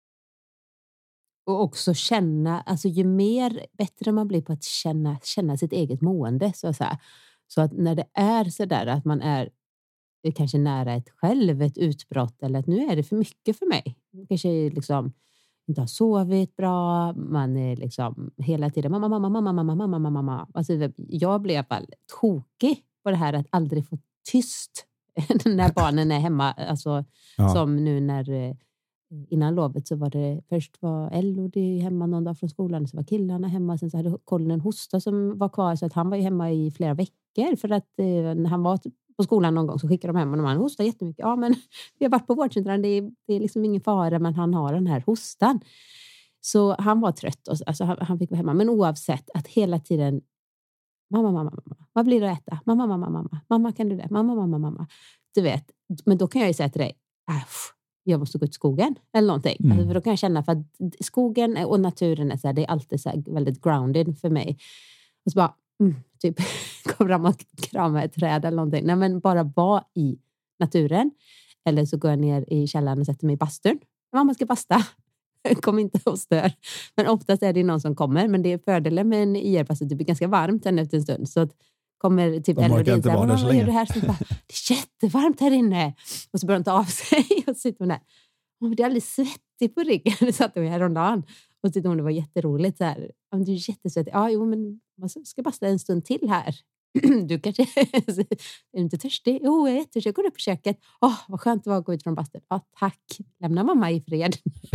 Och också känna, alltså ju mer bättre man blir på att känna, känna sitt eget mående. Så, så, här. Så att när det är så där att man är kanske nära ett själv, ett utbrott, eller att nu är det för mycket för mig. Kanske liksom inte har sovit bra, man är liksom hela tiden mamma, mamma, mamma, mamma, mamma, mamma, mamma. Alltså, jag blev bara tokig på det här att aldrig få tyst när barnen är hemma. Alltså, ja. Som nu när innan lovet så var det först var Elodie hemma någon dag från skolan, så var killarna hemma, sen så hade Colin en hosta som var kvar, så att han var ju hemma i flera veckor för att eh, när han var på skolan någon gång så skickade de hem honom, han hostar jättemycket. Ja, men vi har varit på vårdcentralen, det är, det är liksom ingen fara, men han har den här hostan. Så han var trött och alltså, han, han fick vara hemma, men oavsett att hela tiden mamma, mamma, mamma, vad blir det att äta? Mamma, mamma, mamma, mamma kan du det? Mamma, mamma, mamma. Du vet, men då kan jag ju säga till dig, äh, jag måste gå ut i skogen eller någonting. Mm. Alltså, för då kan jag känna för att skogen och naturen är så här, det är alltid så här väldigt grounded för mig. Och så bara, mm, typ, kom fram och krama ett träd eller någonting. Nej, men bara vara i naturen. Eller så går jag ner i källaren och sätter mig i bastun. Mamma ska basta. Kom inte och stör. Men oftast är det någon som kommer. Men det är fördelen med en I R-bastu. Det blir ganska varmt än efter en stund. Så att kommer typ Elodie så här, vad gör du här? Så bara, det är jättevarmt här inne. Och så börjar de ta av sig och så sitter hon där. Oh, det är alldeles svettig på ryggen. Det satt hon häromdagen. Och så tyckte hon det var jätteroligt. Så här, oh, du är jättesvettig. Ja, jo, men man ska basta en stund till här. Du kanske är inte törstig? Jo, jag är jättetörstig. Jag går upp på köket. Åh, oh, vad skönt det var att gå ut från bastun. Ja, tack. Lämna mamma i fred.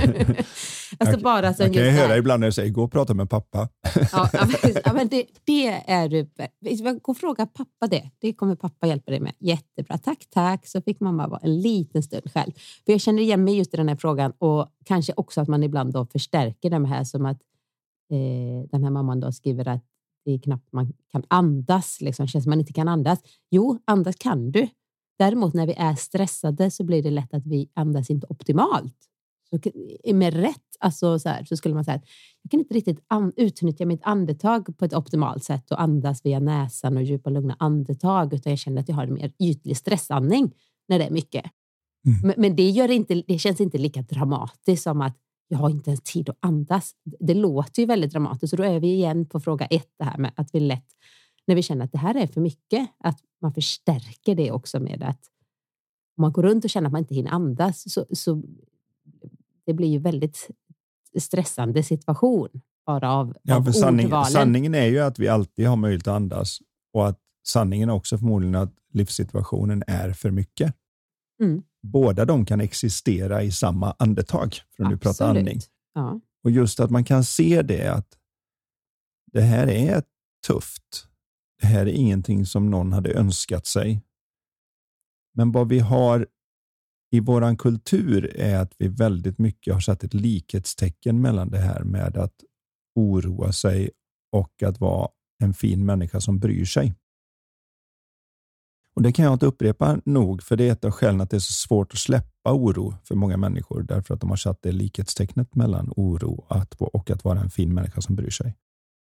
Alltså jag, bara så jag kan ju höra här. ibland när jag säger, gå och prata med pappa. Ja, ja, men det, det är du. Gå och fråga pappa det. Det kommer pappa hjälpa dig med. Jättebra. Tack, tack. Så fick mamma vara en liten stund själv. För jag känner igen mig just i den här frågan. Och kanske också att man ibland då förstärker de här, som att eh, den här mamman då skriver att det är knappt man kan andas. Liksom. Känns som man inte kan andas. Jo, andas kan du. Däremot när vi är stressade så blir det lätt att vi andas inte optimalt. Så med rätt, alltså så, här, så skulle man säga att jag kan inte riktigt an- utnyttja mitt andetag på ett optimalt sätt och andas via näsan och djupa lugna andetag, utan jag känner att jag har en mer ytlig stressandning när det är mycket. Mm. Men, men det, gör inte, det känns inte lika dramatiskt som att jag har inte ens tid att andas. Det låter ju väldigt dramatiskt, så då är vi igen på fråga ett, det här med att vi lätt, när vi känner att det här är för mycket, att man förstärker det också med att om man går runt och känner att man inte hinner andas, så, så det blir ju väldigt stressande situation bara av, ja, av för sanning, ordvalen. sanningen är ju att vi alltid har möjlighet att andas, och att sanningen är också förmodligen att livssituationen är för mycket. Mm. Båda de kan existera i samma andetag, för att nu prata andning. Ja. Och just att man kan se det, att det här är tufft. Det här är ingenting som någon hade önskat sig. Men vad vi har i våran kultur är att vi väldigt mycket har satt ett likhetstecken mellan det här med att oroa sig och att vara en fin människa som bryr sig. Och det kan jag inte upprepa nog, för det är ett av skälen att det är så svårt att släppa oro för många människor, därför att de har satt det likhetstecknet mellan oro och att vara en fin människa som bryr sig.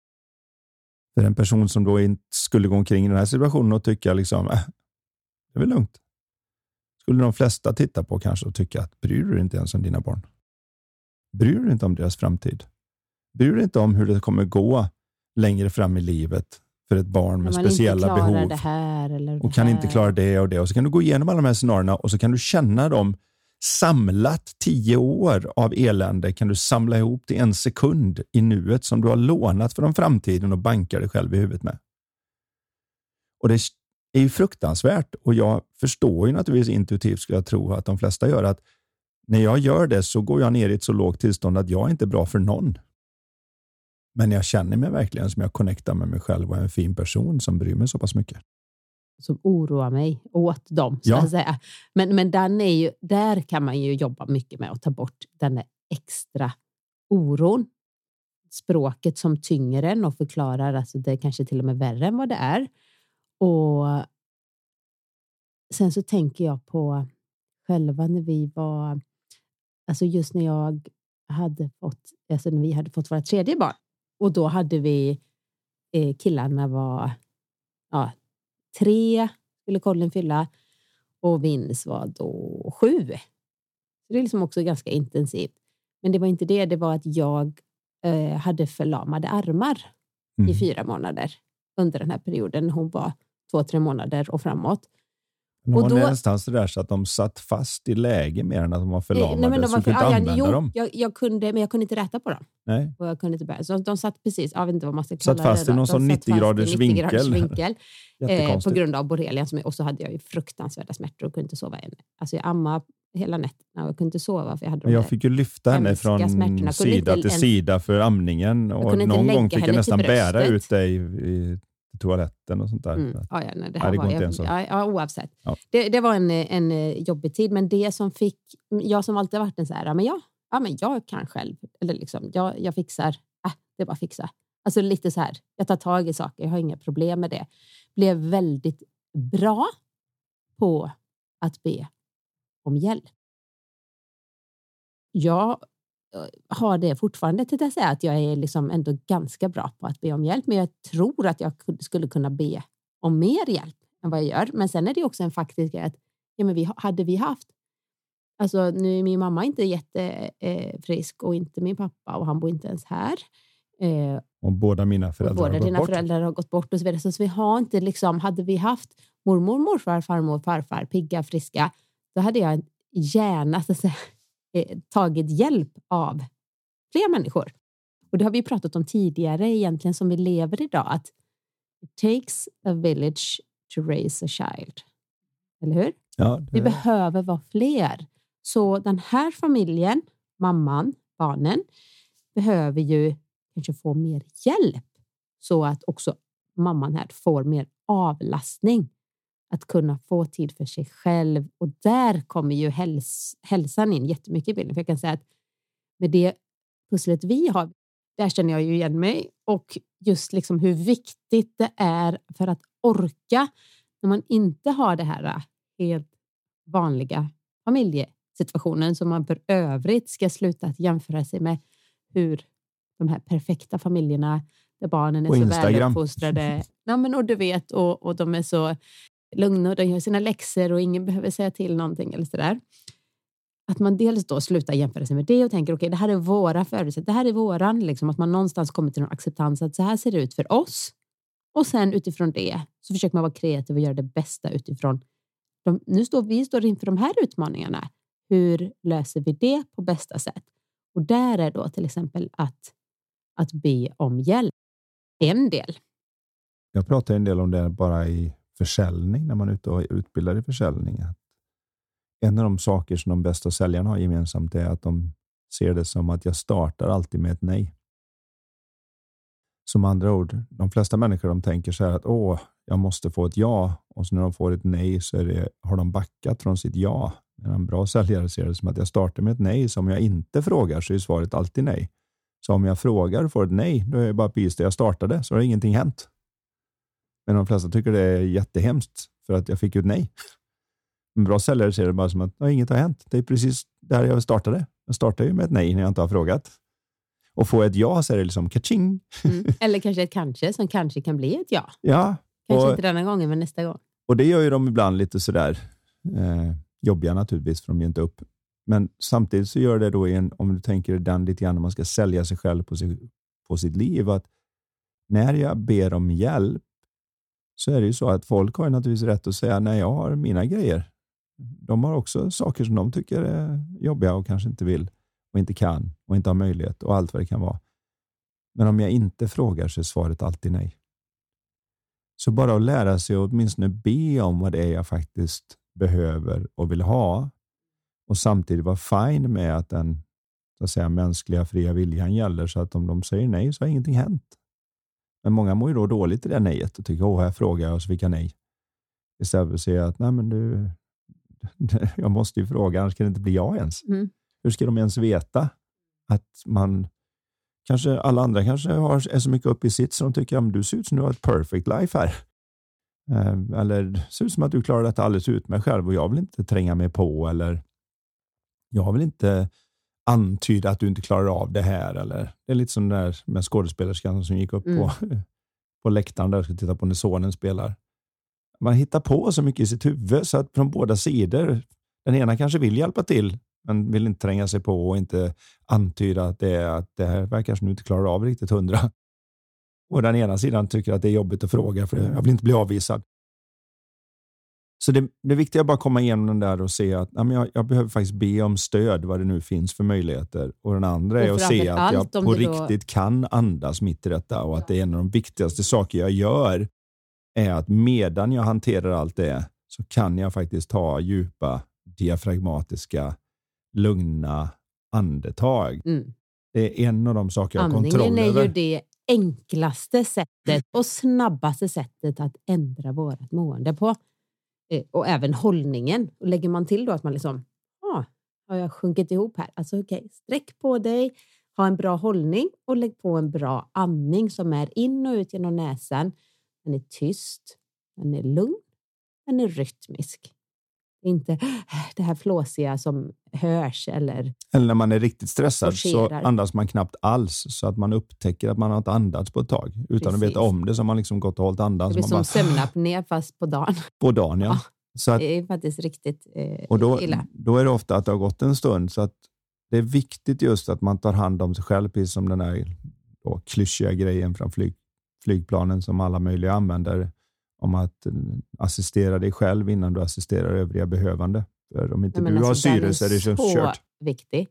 För en person som då inte skulle gå omkring i den här situationen och tycka liksom, äh, det är väl lugnt. Skulle de flesta titta på kanske och tycka att bryr du dig inte ens om dina barn? Bryr du dig inte om deras framtid? Bryr du dig inte om hur det kommer gå längre fram i livet för ett barn med speciella behov det här eller det och kan här. inte klara det och det, och så kan du gå igenom alla de här scenarierna och så kan du känna dem samlat tio år av elände, kan du samla ihop till en sekund i nuet som du har lånat för de framtiden och bankar dig själv i huvudet med. Och det är ju fruktansvärt, och jag förstår ju naturligtvis intuitivt, skulle jag tro att de flesta gör, att när jag gör det så går jag ner i ett så lågt tillstånd att jag inte är bra för någon. Men jag känner mig verkligen som jag connectar med mig själv och är en fin person som bryr mig så pass mycket. Som oroar mig åt dem, så ja. att säga. Men, men den är ju, där kan man ju jobba mycket med att ta bort den extra oron. Språket som tynger en och förklarar alltså det är kanske till och med värre än vad det är. Och sen så tänker jag på själva när vi var, alltså just när jag hade fått, alltså när vi hade fått våra tredje barn. Och då hade vi, eh, killarna var ja, tre, skulle Colin fylla, och Vince var då sju. Så det är liksom också ganska intensivt. Men det var inte det, det var att jag eh, hade förlamade armar mm. i fyra månader under den här perioden. Hon var två, tre månader och framåt. De och var då, någonstans där så att de satt fast i läge mer än att de var förlamade. Nej, men de var, så du kunde ja, inte använda jo, dem. Jag, jag kunde, men jag kunde inte räta på dem. Nej. Och jag kunde inte bära. Så de satt precis, jag vet inte vad man ska kalla satt fast det. I någon sån nittio graders vinkel. vinkel eh, på grund av borrelian. Som, och så hade jag ju fruktansvärda smärtor och kunde inte sova än. Alltså jag ammade hela nätterna och jag kunde inte sova. För jag hade men jag fick ju lyfta henne från sida till en, sida för amningen. Och någon gång fick jag nästan bära ut dig i toaletten och sånt där. Mm. Ja, ja, nej, det här nej, det var jag, ja, ja, oavsett. Ja. Det, det var en, en jobbig tid, men det som fick, jag som alltid varit en så här, ja men jag, ja, men jag kan själv, eller liksom, jag, jag fixar, äh, det är bara fixa. Alltså lite så här, jag tar tag i saker, jag har inga problem med det. Blev väldigt bra på att be om hjälp. Jag har det fortfarande till att säga att jag är liksom ändå ganska bra på att be om hjälp. Men jag tror att jag skulle kunna be om mer hjälp än vad jag gör. Men sen är det också en faktisk grej att ja, men vi, hade vi haft, alltså nu är min mamma inte jättefrisk och inte min pappa och han bor inte ens här. Eh, och båda mina föräldrar båda har gått dina bort. föräldrar har gått bort och så vidare. Så vi har inte liksom, hade vi haft mormor, morfar, farmor, farfar, pigga, friska, då hade jag gärna så att säga, tagit hjälp av fler människor. Och det har vi pratat om tidigare egentligen som vi lever idag, att it takes a village to raise a child. Eller hur? Ja, det... Vi behöver vara fler. Så den här familjen, mamman, barnen, behöver ju kanske få mer hjälp så att också mamman här får mer avlastning. Att kunna få tid för sig själv. Och där kommer ju häls- hälsan in jättemycket i bilden. För jag kan säga att med det pusslet vi har, där känner jag ju igen mig. Och just liksom hur viktigt det är för att orka när man inte har det här helt vanliga familjesituationen som man för övrigt ska sluta att jämföra sig med hur de här perfekta familjerna där barnen är på så Instagram. Väluppfostrade. Ja, men och du vet, och, och de är så lugna och de gör sina läxor och ingen behöver säga till någonting eller sådär. Att man dels då slutar jämföra sig med det och tänker okej, okay, det här är våra förutsättningar, det här är våran, liksom att man någonstans kommer till någon acceptans att så här ser det ut för oss. Och sen utifrån det så försöker man vara kreativ och göra det bästa utifrån de, nu står vi står inför de här utmaningarna. Hur löser vi det på bästa sätt? Och där är då till exempel att, att be om hjälp en del. Jag pratar en del om det bara i försäljning, när man är ute och utbildar i försäljning. En av de saker som de bästa säljarna har gemensamt är att de ser det som att jag startar alltid med ett nej. Som andra ord, de flesta människor de tänker så här att åh, jag måste få ett ja. Och så när de får ett nej så är det, har de backat från sitt ja. När en bra säljare ser det som att jag startar med ett nej. Så om jag inte frågar så är svaret alltid nej. Så om jag frågar och får ett nej, då är det bara precis det jag startade. Så har ingenting hänt. Men de flesta tycker det är jättehemskt för att jag fick ett nej. En bra säljare ser det bara som att ja, inget har hänt. Det är precis där jag startade. Jag startade ju med ett nej när jag inte har frågat. Och få ett ja så är det liksom kaching. Mm. Eller kanske ett kanske som kanske kan bli ett ja. Ja. Kanske och, inte denna gången men nästa gång. Och det gör ju de ibland lite sådär eh, jobbiga naturligtvis för de ger inte upp. Men samtidigt så gör det då en, om du tänker den lite grann när man ska sälja sig själv på, sig, på sitt liv, att när jag ber om hjälp så är det ju så att folk har naturligtvis rätt att säga nej, jag har mina grejer. De har också saker som de tycker är jobbiga och kanske inte vill och inte kan och inte har möjlighet och allt vad det kan vara. Men om jag inte frågar så är svaret alltid nej. Så bara att lära sig att åtminstone be om vad det är jag faktiskt behöver och vill ha och samtidigt vara fine med att den så att säga, mänskliga fria viljan gäller, så att om de säger nej så har ingenting hänt. Men många mår ju då dåligt i det nejet och tycker, åh, här frågar jag och så fick jag nej. Istället för att säga att nej men du, jag måste ju fråga, annars kan det inte bli jag ens. Mm. Hur ska de ens veta att man Kanske alla andra kanske har, är så mycket upp i sitt så de tycker att du ser ut som du har ett perfect life här. Eller ser ut som att du klarar detta alldeles ut med själv och jag vill inte tränga mig på, eller jag vill inte antyda att du inte klarar av det här. Eller det är lite som där med skådespelerskan som gick upp mm. på, på läktaren där och ska titta på när sonen spelar. Man hittar på så mycket i sitt huvud så att från båda sidor, den ena kanske vill hjälpa till men vill inte tränga sig på och inte antyda att det, är, att det här verkar som du inte klarar av riktigt hundra. Och den ena sidan tycker att det är jobbigt att fråga för jag vill inte bli avvisad. Så det, det viktiga är bara att komma igenom den där och se att ja, men jag, jag behöver faktiskt be om stöd vad det nu finns för möjligheter. Och den andra är att se att jag på riktigt då... kan andas mitt i detta och att det är en av de viktigaste saker jag gör är att medan jag hanterar allt det så kan jag faktiskt ta djupa, diafragmatiska, lugna andetag. Mm. Det är en av de saker jag har kontroll över. Andningen är ju det enklaste sättet och snabbaste sättet att ändra vårt mående på. Och även hållningen. Och lägger man till då att man liksom, ah, har jag sjunkit ihop här? Alltså okej, okay, sträck på dig, ha en bra hållning och lägg på en bra andning som är in och ut genom näsan. Den är tyst, den är lugn, den är rytmisk. Inte det här flåsiga som hörs eller... Eller när man är riktigt stressad forcerar. Så andas man knappt alls så att man upptäcker att man har inte andats på ett tag. Utan Precis. Att veta om det så har man liksom gått och hållit andan. Det blir som bara... sömnapné fast på dagen. På dagen, ja. ja så att, det är faktiskt riktigt eh, och då, illa. Då är det ofta att det har gått en stund så att det är viktigt just att man tar hand om sig själv precis som den här då, klyschiga grejen från flyg, flygplanen som alla möjliga använder. Om att assistera dig själv innan du assisterar övriga behövande. För om inte Nej, du alltså, har syre så är det så kört. Viktig.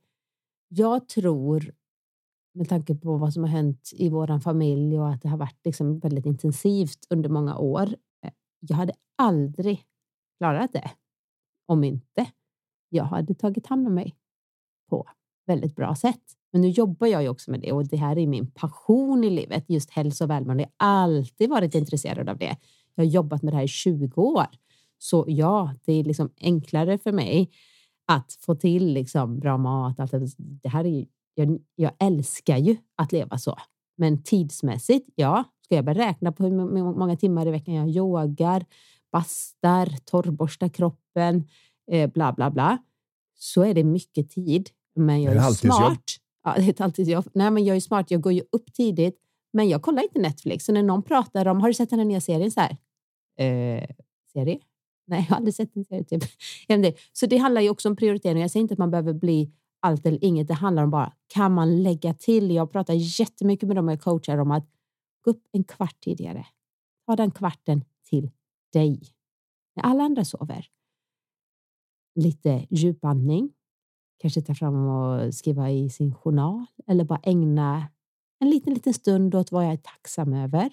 Jag tror, med tanke på vad som har hänt i våran familj och att det har varit liksom väldigt intensivt under många år. Jag hade aldrig klarat det om inte jag hade tagit hand om mig på väldigt bra sätt. Men nu jobbar jag ju också med det och det här är min passion i livet. Just hälsa och välmående. Jag har alltid varit intresserad av det. Jag har jobbat med det här i tjugo år. Så ja, det är liksom enklare för mig att få till liksom bra mat. Allt det här är ju, jag, jag älskar ju att leva så. Men tidsmässigt, ja. Ska jag börja räkna på hur många timmar i veckan jag yogar, bastar, torrborstar kroppen, eh, bla bla bla. Så är det mycket tid. Men jag är, är smart. Ja, det är alltid jag. Nej, men jag är smart. Jag går ju upp tidigt. Men jag kollar inte Netflix. Så när någon pratar om, har du sett den här nya serien så här? Eh, serie? Nej, jag har aldrig sett en serie typ. Så det handlar ju också om prioritering. Jag säger inte att man behöver bli allt eller inget. Det handlar om bara, kan man lägga till? Jag pratar jättemycket med dem jag coachar om att gå upp en kvart tidigare. Ta den kvarten till dig. När alla andra sover. Lite djupandning. Kanske ta fram och skriva i sin journal. Eller bara ägna en liten, liten stund åt vad jag är tacksam över.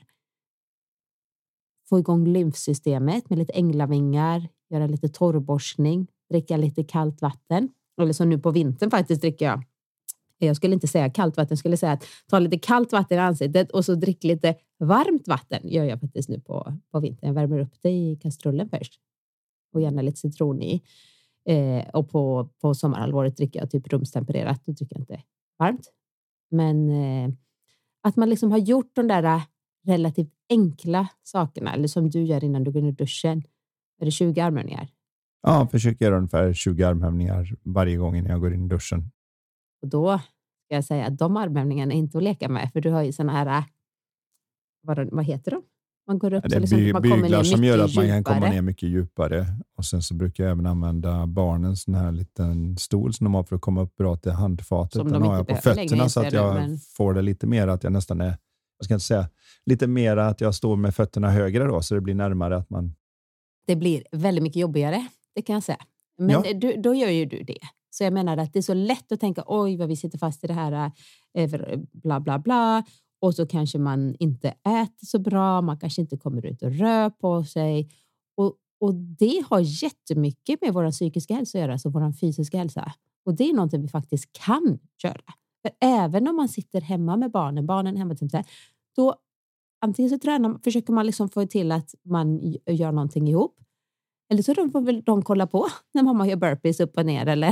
Få igång lymfsystemet med lite änglavingar. Göra lite torrborstning. Dricka lite kallt vatten. Eller så nu på vintern faktiskt dricker jag. Jag skulle inte säga kallt vatten. Jag skulle säga att ta lite kallt vatten i ansiktet. Och så drick lite varmt vatten. Gör jag faktiskt nu på, på vintern. Jag värmer upp det i kastrullen först. Och gärna lite citron i. Eh, och på, på sommarhalvåret dricker jag typ rumstempererat. Då dricker jag inte varmt. Men eh, att man liksom har gjort de där relativt enkla sakerna. Eller som du gör innan du går in i duschen. Är det tjugo armhävningar? Ja, jag försöker göra ungefär tjugo armhävningar varje gång innan jag går in i duschen. Och då ska jag säga att de armhävningarna är inte att leka med. För du har ju såna här, vad, vad heter de? Man går upp ja, det är så liksom, man kommer ner som gör att man djupare. kan komma ner mycket djupare. Och sen så brukar jag även använda barnens sån här liten stol som de har för att komma upp bra till handfatet. Som Den de har jag på fötterna så att jag men... får det lite mer att jag nästan är, jag ska inte säga, lite mer att jag står med fötterna högre då så det blir närmare att man... Det blir väldigt mycket jobbigare, det kan jag säga. Men ja. du, då gör ju du det. Så jag menar att det är så lätt att tänka, oj vad vi sitter fast i det här, eh, bla bla bla. Och så kanske man inte äter så bra, man kanske inte kommer ut och rör på sig. Och, och det har jättemycket med vår psykiska hälsa att göra, alltså vår fysiska hälsa. Och det är någonting vi faktiskt kan göra. För även om man sitter hemma med barnen, barnen hemma till så här, då antingen så tränar, försöker man liksom få till att man gör någonting ihop. Eller så får väl de kolla på när mamma gör burpees upp och ner eller,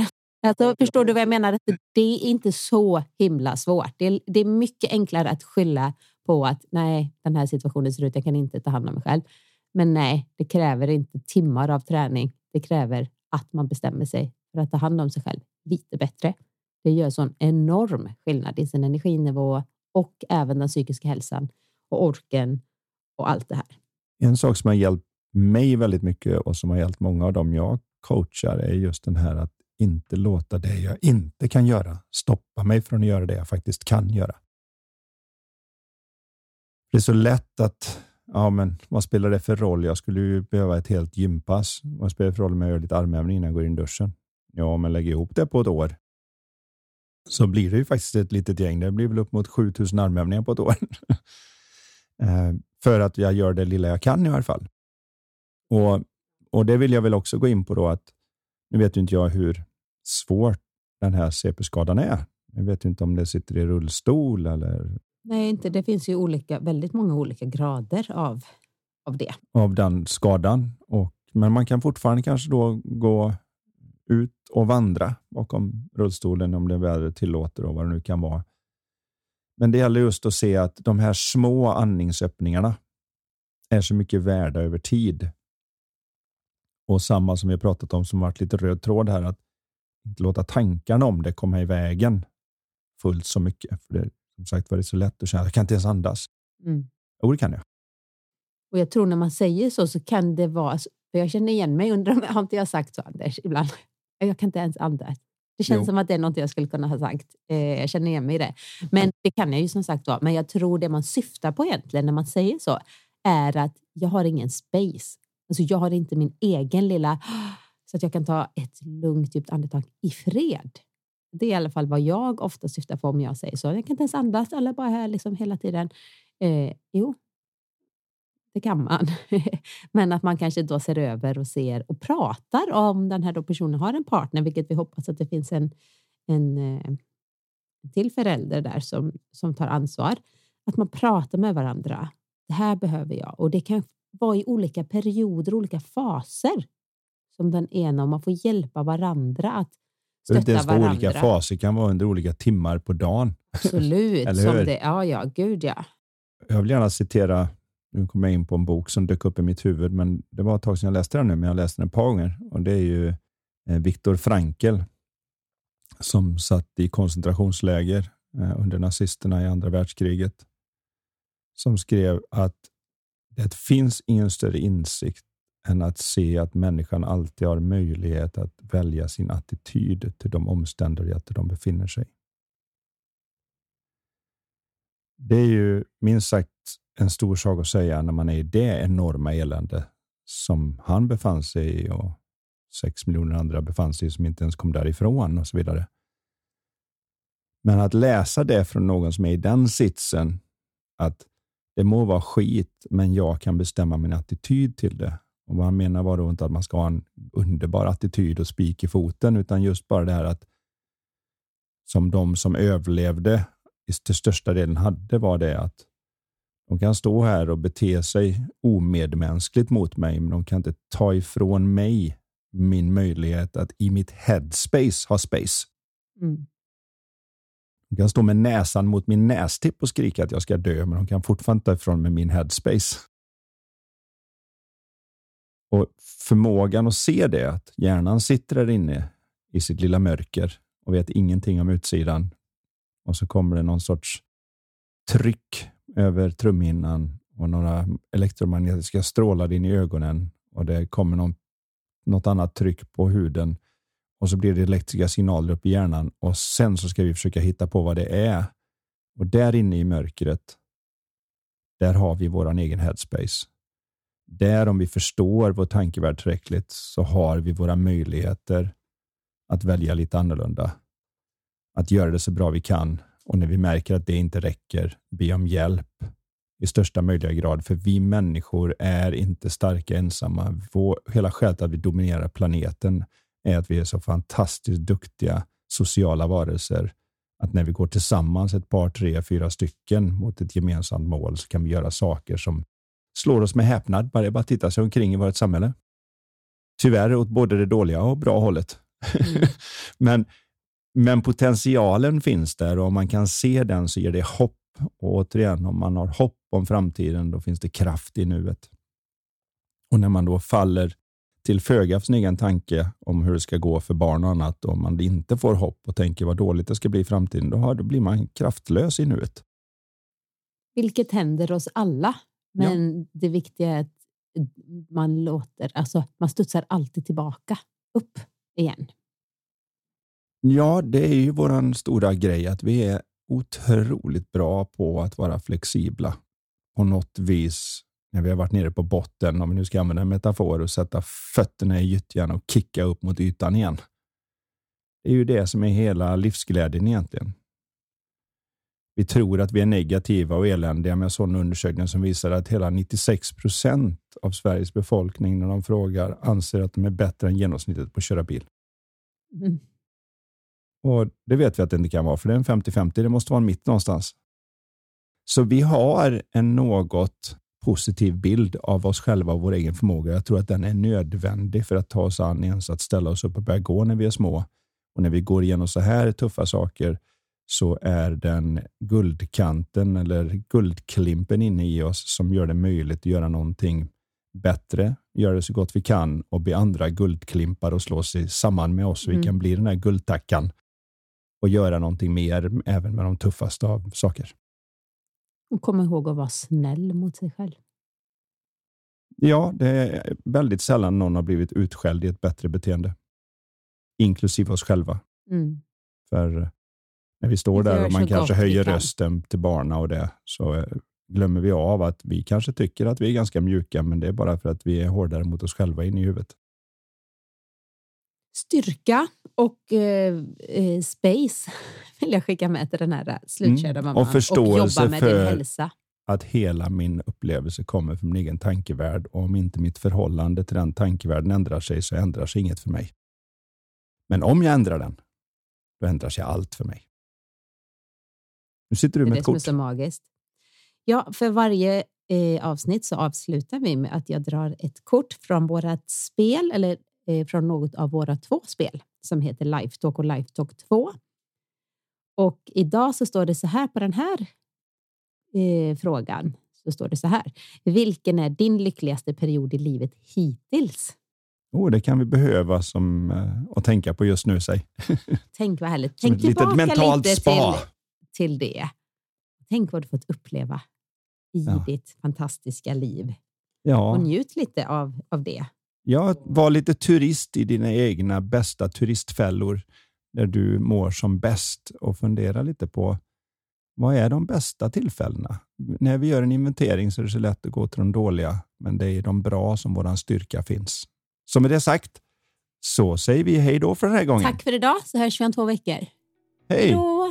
Alltså, förstår du vad jag menar? Det är inte så himla svårt. Det är, det är mycket enklare att skylla på att nej, den här situationen ser ut, jag kan inte ta hand om mig själv. Men nej, det kräver inte timmar av träning. Det kräver att man bestämmer sig för att ta hand om sig själv lite bättre. Det gör sån enorm skillnad i sin energinivå och även den psykiska hälsan och orken och allt det här. En sak som har hjälpt mig väldigt mycket och som har hjälpt många av dem jag coachar är just den här att inte låta det jag inte kan göra stoppa mig från att göra det jag faktiskt kan göra. Det är så lätt att, ja men vad spelar det för roll? Jag skulle ju behöva ett helt gympass. Vad spelar det för roll om jag gör lite armhävning innan jag går in i duschen? Ja, om jag lägger ihop det på ett år så blir det ju faktiskt ett litet gäng. Det blir väl upp mot sjutusen armhävningar på ett år. För att jag gör det lilla jag kan i alla fall. Och, och det vill jag väl också gå in på då, att nu vet ju inte jag hur svårt den här C P-skadan är. Jag vet ju inte om det sitter i rullstol eller... Nej, inte. Det finns ju olika, väldigt många olika grader av, av det. Av den skadan. Och, men man kan fortfarande kanske då gå ut och vandra bakom rullstolen om det vädret tillåter och vad det nu kan vara. Men det gäller just att se att de här små andningsöppningarna är så mycket värda över tid. Och samma som vi har pratat om som varit lite röd tråd här, att inte låta tankarna om det komma i vägen fullt så mycket. För det, som sagt, var det så lätt att känna att jag kan inte ens andas. Mm. Jo, det kan jag. Och jag tror när man säger så så kan det vara, för jag känner igen mig, undrar har inte jag sagt så, Anders, ibland. Jag kan inte ens andas. Det känns jo. som att det är något jag skulle kunna ha sagt. Eh, jag känner igen mig i det. Men det kan jag ju som sagt vara. Men jag tror det man syftar på egentligen när man säger så är att jag har ingen space. Alltså jag har inte min egen lilla, så att jag kan ta ett lugnt djupt andetag i fred. Det är i alla fall vad jag ofta syftar på om jag säger så. Jag kan inte ens andas, alla bara här liksom hela tiden. Eh, jo, det kan man. Men att man kanske då ser över och ser och pratar om den här då personen har en partner, vilket vi hoppas att det finns en, en, en till förälder där som, som tar ansvar. Att man pratar med varandra. Det här behöver jag. Och det kan vara i olika perioder, olika faser som den ena, och man får hjälpa varandra att stötta det är varandra. Olika faser kan vara under olika timmar på dagen. Absolut. Som det, ja, ja, gud ja. Jag vill gärna citera, nu kommer jag in på en bok som dök upp i mitt huvud, men det var ett tag sedan jag läste den nu, men jag läste den ett par gånger. Och det är ju eh, Viktor Frankl som satt i koncentrationsläger eh, under nazisterna i andra världskriget. Som skrev att det finns ingen större insikt än att se att människan alltid har möjlighet att välja sin attityd till de omständigheter de befinner sig. Det är ju minst sagt en stor sak att säga när man är i det enorma elände som han befann sig i och sex miljoner andra befann sig i som inte ens kom därifrån och så vidare. Men att läsa det från någon som är i den sitsen, att det må vara skit, men jag kan bestämma min attityd till det. Och vad han menar var då inte att man ska ha en underbar attityd och spik i foten, utan just bara det här att som de som överlevde till största delen hade, var det att de kan stå här och bete sig omedmänskligt mot mig, men de kan inte ta ifrån mig min möjlighet att i mitt headspace ha space. Mm. De kan stå med näsan mot min nästipp och skrika att jag ska dö, men de kan fortfarande ta ifrån mig min headspace. Och förmågan att se det, att hjärnan sitter där inne i sitt lilla mörker och vet ingenting om utsidan. Och så kommer det någon sorts tryck över trumhinnan och några elektromagnetiska strålar in i ögonen. Och det kommer någon, något annat tryck på huden. Och så blir det elektriska signaler upp i hjärnan. Och sen så ska vi försöka hitta på vad det är. Och där inne i mörkret, där har vi våran egen headspace. Där, om vi förstår vår tankevärld tillräckligt, så har vi våra möjligheter att välja lite annorlunda. Att göra det så bra vi kan. Och när vi märker att det inte räcker, be om hjälp i största möjliga grad. För vi människor är inte starka ensamma. Vår, hela skälet att vi dominerar planeten är att vi är så fantastiskt duktiga sociala varelser. Att när vi går tillsammans ett par, tre, fyra stycken mot ett gemensamt mål, så kan vi göra saker som slår oss med häpnad. Bara, bara titta sig omkring i vårt samhälle. Tyvärr åt både det dåliga och bra hållet. Mm. men, men potentialen finns där och om man kan se den så ger det hopp. Och återigen, om man har hopp om framtiden då finns det kraft i nuet. Och när man då faller till föga för sin egen tanke om hur det ska gå för barn och annat, och om man inte får hopp och tänker vad dåligt det ska bli i framtiden, då, har, då blir man kraftlös i nuet. Vilket händer oss alla. Men ja. Det viktiga är att man låter, alltså man studsar alltid tillbaka upp igen. Ja, det är ju våran stora grej att vi är otroligt bra på att vara flexibla på något vis. När vi har varit nere på botten, om vi nu ska använda en metafor, och sätta fötterna i gyttjan och kicka upp mot ytan igen. Det är ju det som är hela livsglädjen egentligen. Vi tror att vi är negativa och eländiga med en sån undersökning som visar att hela nittiosex procent av Sveriges befolkning när de frågar anser att de är bättre än genomsnittet på att köra bil. Mm. Och det vet vi att det inte kan vara, för det är en femtio femtio, det måste vara en mitt någonstans. Så vi har en något positiv bild av oss själva och vår egen förmåga. Jag tror att den är nödvändig för att ta oss an ens att ställa oss upp och börja gå när vi är små. Och när vi går igenom så här tuffa saker så är den guldkanten eller guldklimpen inne i oss som gör det möjligt att göra någonting bättre, göra det så gott vi kan och be andra guldklimpar och slå sig samman med oss så mm. vi kan bli den här guldtackan och göra någonting mer även med de tuffaste av saker. Och komma ihåg att vara snäll mot sig själv. Ja, det är väldigt sällan någon har blivit utskälld i ett bättre beteende. Inklusive oss själva. Mm. För när vi står där och man kanske höjer rösten till barna och det, så glömmer vi av att vi kanske tycker att vi är ganska mjuka, men det är bara för att vi är hårdare mot oss själva in i huvudet. Styrka och eh, space vill jag skicka med till den här slutkörda mamman. Och förståelse och jobba med för din hälsa. Att hela min upplevelse kommer från min egen tankevärld, och om inte mitt förhållande till den tankevärlden ändrar sig så ändrar sig inget för mig. Men om jag ändrar den, då ändrar sig allt för mig. Nu sitter du med det ett kort. Det som är så magiskt. Ja, för varje eh, avsnitt så avslutar vi med att jag drar ett kort från vårat spel, eller eh, från något av våra två spel som heter Lifetalk och Lifetalk två. Och idag så står det så här på den här eh, frågan. Så står det så här. Vilken är din lyckligaste period i livet hittills? Oh, det kan vi behöva som uh, att tänka på just nu, säg. Tänk vad härligt. Tänk tillbaka lite till, till det. Tänk vad du fått uppleva i ja. ditt fantastiska liv. Ja. Och njut lite av, av det. Ja, var lite turist i dina egna bästa turistfällor där du mår som bäst, och fundera lite på vad är de bästa tillfällena. När vi gör en inventering så är det så lätt att gå till de dåliga, men det är de bra som våran styrka finns. Så med det sagt så säger vi hej då för den här gången. Tack för idag, så hörs vi om två veckor. Hej! Hej då!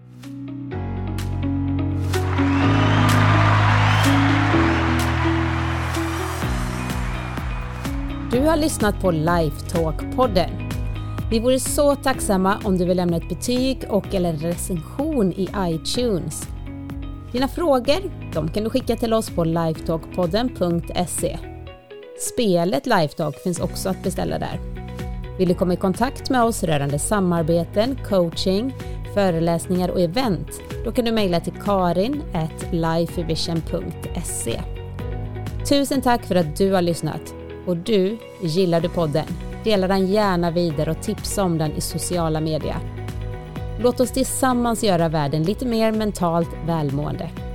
Du har lyssnat på Lifetalk-podden. Vi vore så tacksamma om du vill lämna ett betyg och eller recension i iTunes. Dina frågor, de kan du skicka till oss på lifetalkpodden punkt se. Spelet Lifetalk finns också att beställa där. Vill du komma i kontakt med oss rörande samarbeten, coaching, föreläsningar och event, då kan du mejla till karin at lifevision punkt se. Tusen tack för att du har lyssnat. Och du, gillar du podden? Dela den gärna vidare och tipsa om den i sociala medier. Låt oss tillsammans göra världen lite mer mentalt välmående.